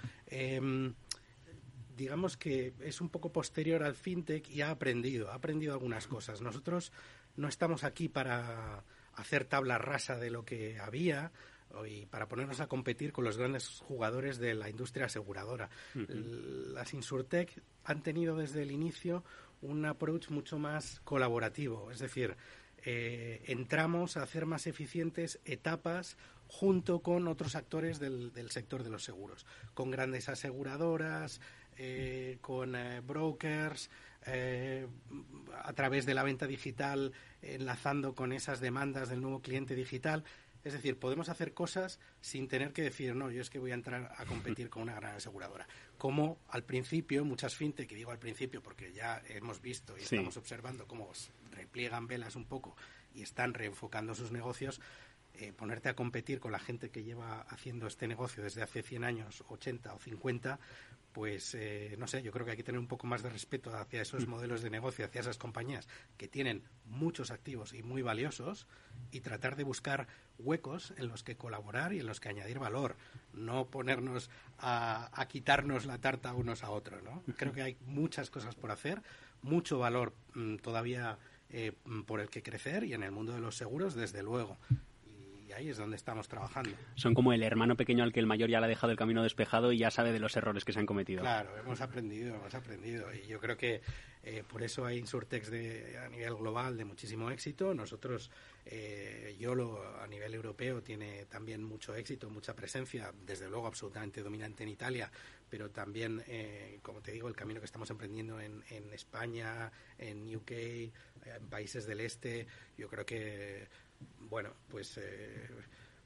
digamos que es un poco posterior al fintech y ha aprendido algunas cosas. Nosotros no estamos aquí para hacer tabla rasa de lo que había y para ponernos a competir con los grandes jugadores de la industria aseguradora. Las insurtech han tenido desde el inicio un approach mucho más colaborativo, es decir, entramos a hacer más eficientes etapas junto con otros actores del sector de los seguros, con grandes aseguradoras, con brokers, a través de la venta digital, enlazando con esas demandas del nuevo cliente digital. Es decir, podemos hacer cosas sin tener que decir, no, yo es que voy a entrar a competir con una gran aseguradora. Como al principio, muchas fintech, y digo al principio porque ya hemos visto y estamos observando cómo repliegan velas un poco y están reenfocando sus negocios, ponerte a competir con la gente que lleva haciendo este negocio desde hace 100 años, 80 o 50, pues no sé, yo creo que hay que tener un poco más de respeto hacia esos modelos de negocio, hacia esas compañías que tienen muchos activos y muy valiosos, y tratar de buscar huecos en los que colaborar y en los que añadir valor, no ponernos a quitarnos la tarta unos a otros, ¿no? Creo que hay muchas cosas por hacer, mucho valor todavía por el que crecer, y en el mundo de los seguros, desde luego. Y ahí es donde estamos trabajando. Son como el hermano pequeño al que el mayor ya le ha dejado el camino despejado y ya sabe de los errores que se han cometido. Claro, hemos aprendido. Y yo creo que por eso hay insurtechs a nivel global de muchísimo éxito. Nosotros, Yolo a nivel europeo tiene también mucho éxito, mucha presencia, desde luego absolutamente dominante en Italia, pero también, como te digo, el camino que estamos emprendiendo en España, en UK, en países del este, yo creo que, bueno, pues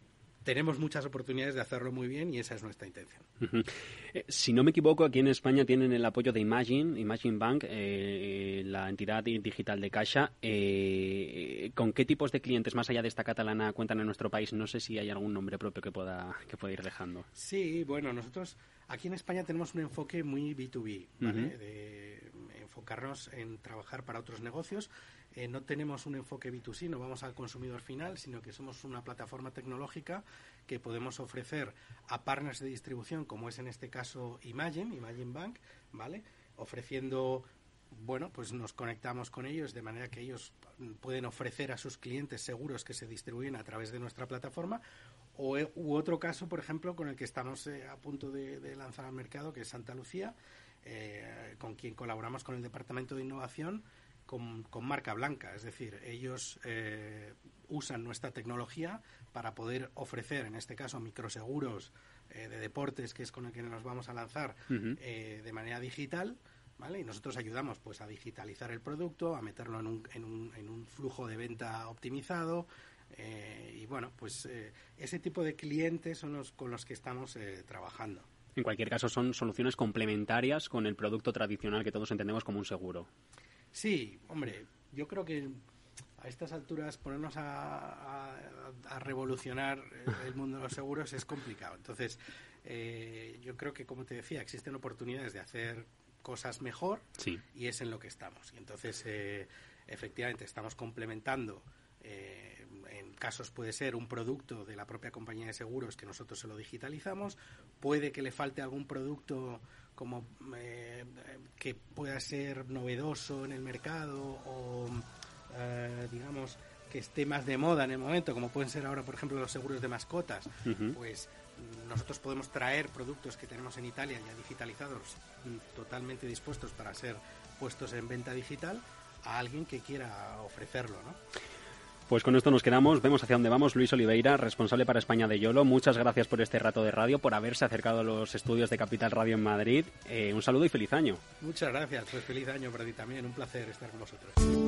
tenemos muchas oportunidades de hacerlo muy bien y esa es nuestra intención. Si no me equivoco, aquí en España tienen el apoyo de Imagine Bank, la entidad digital de Caixa. ¿Con qué tipos de clientes, más allá de esta catalana, cuentan en nuestro país? No sé si hay algún nombre propio que pueda ir dejando. Sí, bueno, nosotros aquí en España tenemos un enfoque muy B2B, ¿vale? De enfocarnos en trabajar para otros negocios. No tenemos un enfoque B2C, no vamos al consumidor final, sino que somos una plataforma tecnológica que podemos ofrecer a partners de distribución, como es en este caso Imagine Bank, ¿vale? Ofreciendo, bueno, pues nos conectamos con ellos de manera que ellos pueden ofrecer a sus clientes seguros que se distribuyen a través de nuestra plataforma. U otro caso, por ejemplo, con el que estamos a punto de lanzar al mercado, que es Santa Lucía, con quien colaboramos con el Departamento de Innovación, con marca blanca, es decir, ellos usan nuestra tecnología para poder ofrecer, en este caso, microseguros de deportes, que es con el que nos vamos a lanzar, de manera digital, ¿vale? Y nosotros ayudamos pues a digitalizar el producto, a meterlo en un flujo de venta optimizado, y bueno, pues ese tipo de clientes son los con los que estamos trabajando. En cualquier caso, son soluciones complementarias con el producto tradicional que todos entendemos como un seguro. Sí, hombre, yo creo que a estas alturas ponernos a revolucionar el mundo de los seguros es complicado. Entonces, yo creo que, como te decía, existen oportunidades de hacer cosas mejor, sí, y es en lo que estamos. Y entonces, efectivamente, estamos complementando. En casos puede ser un producto de la propia compañía de seguros que nosotros se lo digitalizamos. Puede que le falte algún producto como que pueda ser novedoso en el mercado o digamos que esté más de moda en el momento, como pueden ser ahora, por ejemplo, los seguros de mascotas. Pues nosotros podemos traer productos que tenemos en Italia ya digitalizados, totalmente dispuestos para ser puestos en venta digital a alguien que quiera ofrecerlo, ¿no? Pues con esto nos quedamos, vemos hacia dónde vamos. Luis Oliveira, responsable para España de YOLO, muchas gracias por este rato de radio, por haberse acercado a los estudios de Capital Radio en Madrid. Un saludo y feliz año. Muchas gracias, pues feliz año para ti también, un placer estar con vosotros.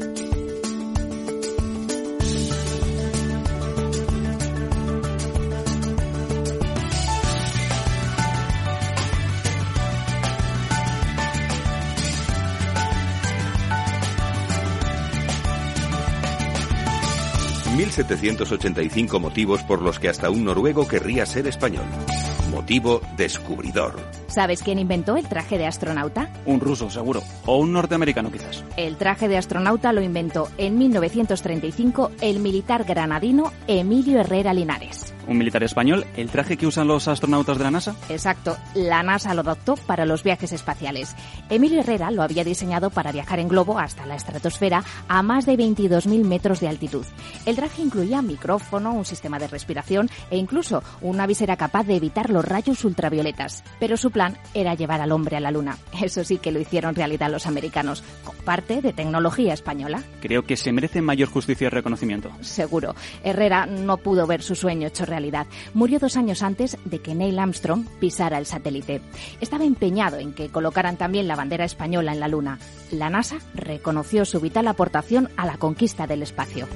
1785 motivos por los que hasta un noruego querría ser español. Motivo descubridor. ¿Sabes quién inventó el traje de astronauta? Un ruso, seguro. O un norteamericano, quizás. El traje de astronauta lo inventó en 1935 el militar granadino Emilio Herrera Linares. ¿Un militar español? ¿El traje que usan los astronautas de la NASA? Exacto. La NASA lo adoptó para los viajes espaciales. Emilio Herrera lo había diseñado para viajar en globo hasta la estratosfera a más de 22.000 metros de altitud. El traje incluía micrófono, un sistema de respiración e incluso una visera capaz de evitar los rayos ultravioletas. Pero su plan era llevar al hombre a la Luna. Eso sí que lo hicieron realidad los americanos, con parte de tecnología española. Creo que se merece mayor justicia y reconocimiento. Seguro. Herrera no pudo ver su sueño hecho realidad. Murió 2 años antes de que Neil Armstrong pisara el satélite. Estaba empeñado en que colocaran también la bandera española en la Luna. La NASA reconoció su vital aportación a la conquista del espacio.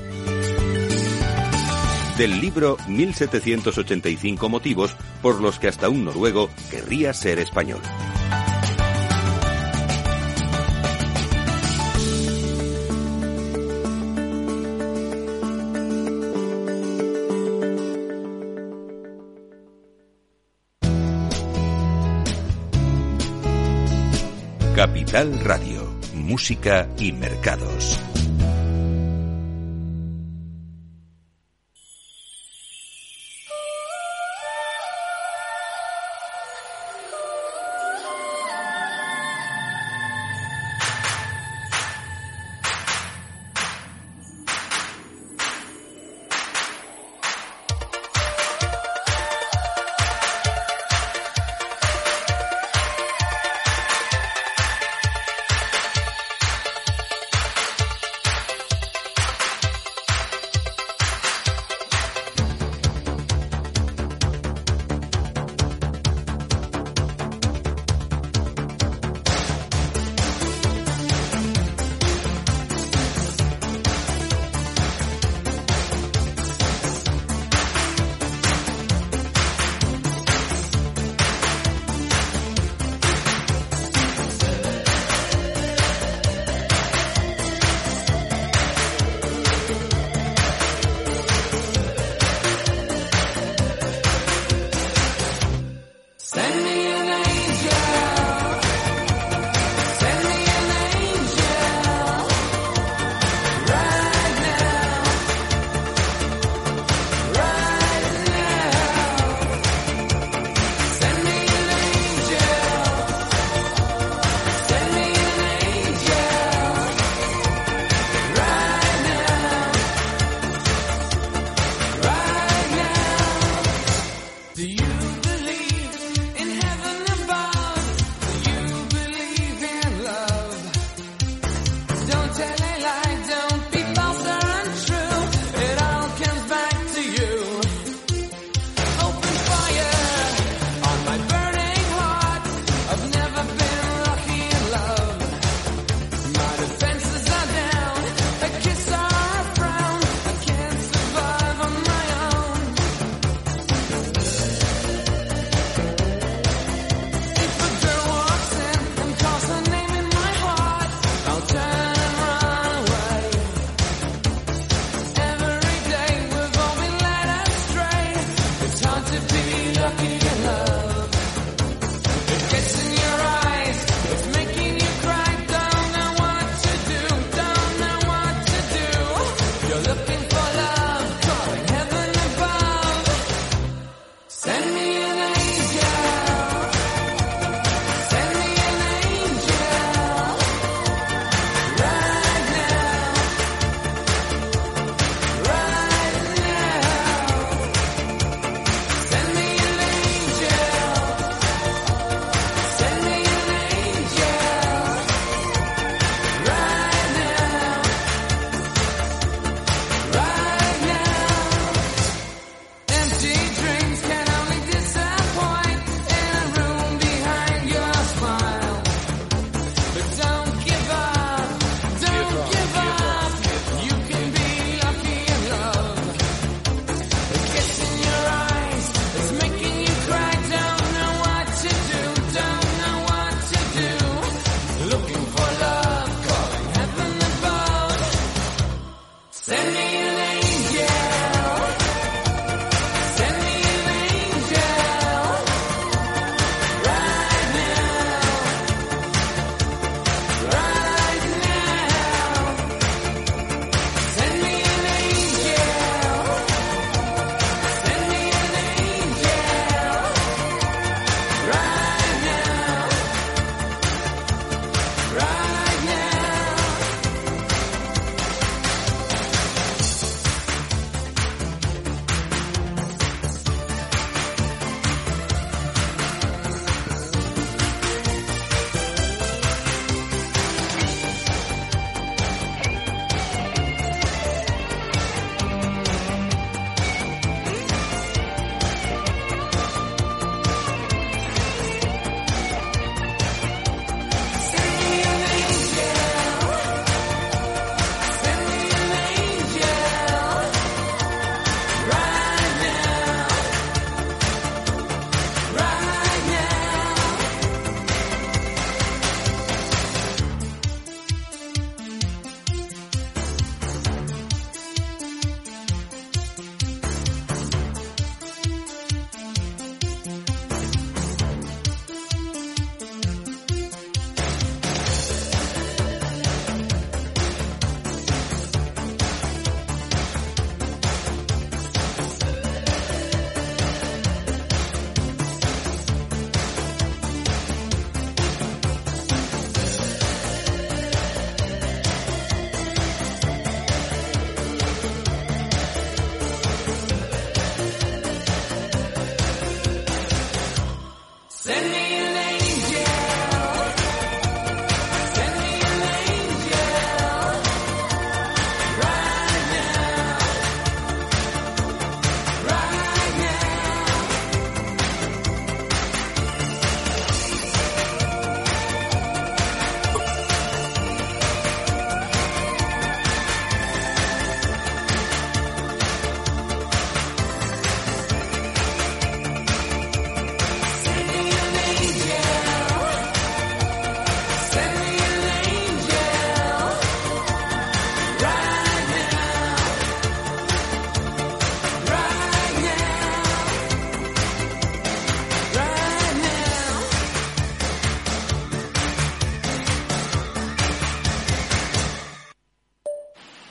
Del libro 1785 motivos por los que hasta un noruego querría ser español. Capital Radio, música y mercados.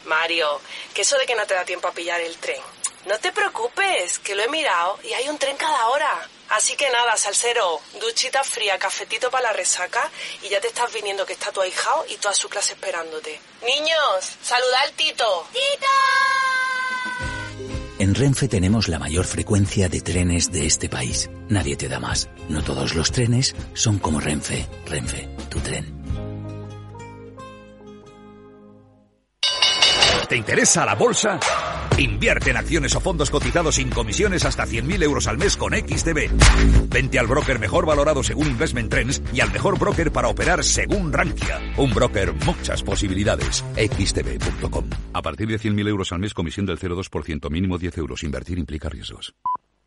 Mario, que eso de que no te da tiempo a pillar el tren. No te preocupes, que lo he mirado y hay un tren cada hora. Así que nada, salsero, duchita fría, cafetito para la resaca y ya te estás viniendo que está tu ahijao y toda su clase esperándote. Niños, saluda al Tito. ¡Tito! En Renfe tenemos la mayor frecuencia de trenes de este país. Nadie te da más. No todos los trenes son como Renfe. Renfe, tu tren. ¿Te interesa la bolsa? Invierte en acciones o fondos cotizados sin comisiones hasta 100.000 euros al mes con XTB. Vente al broker mejor valorado según Investment Trends y al mejor broker para operar según Rankia. Un broker, muchas posibilidades. XTB.com. A partir de 100.000 euros al mes, comisión del 0,2%, mínimo 10 euros. Invertir implica riesgos.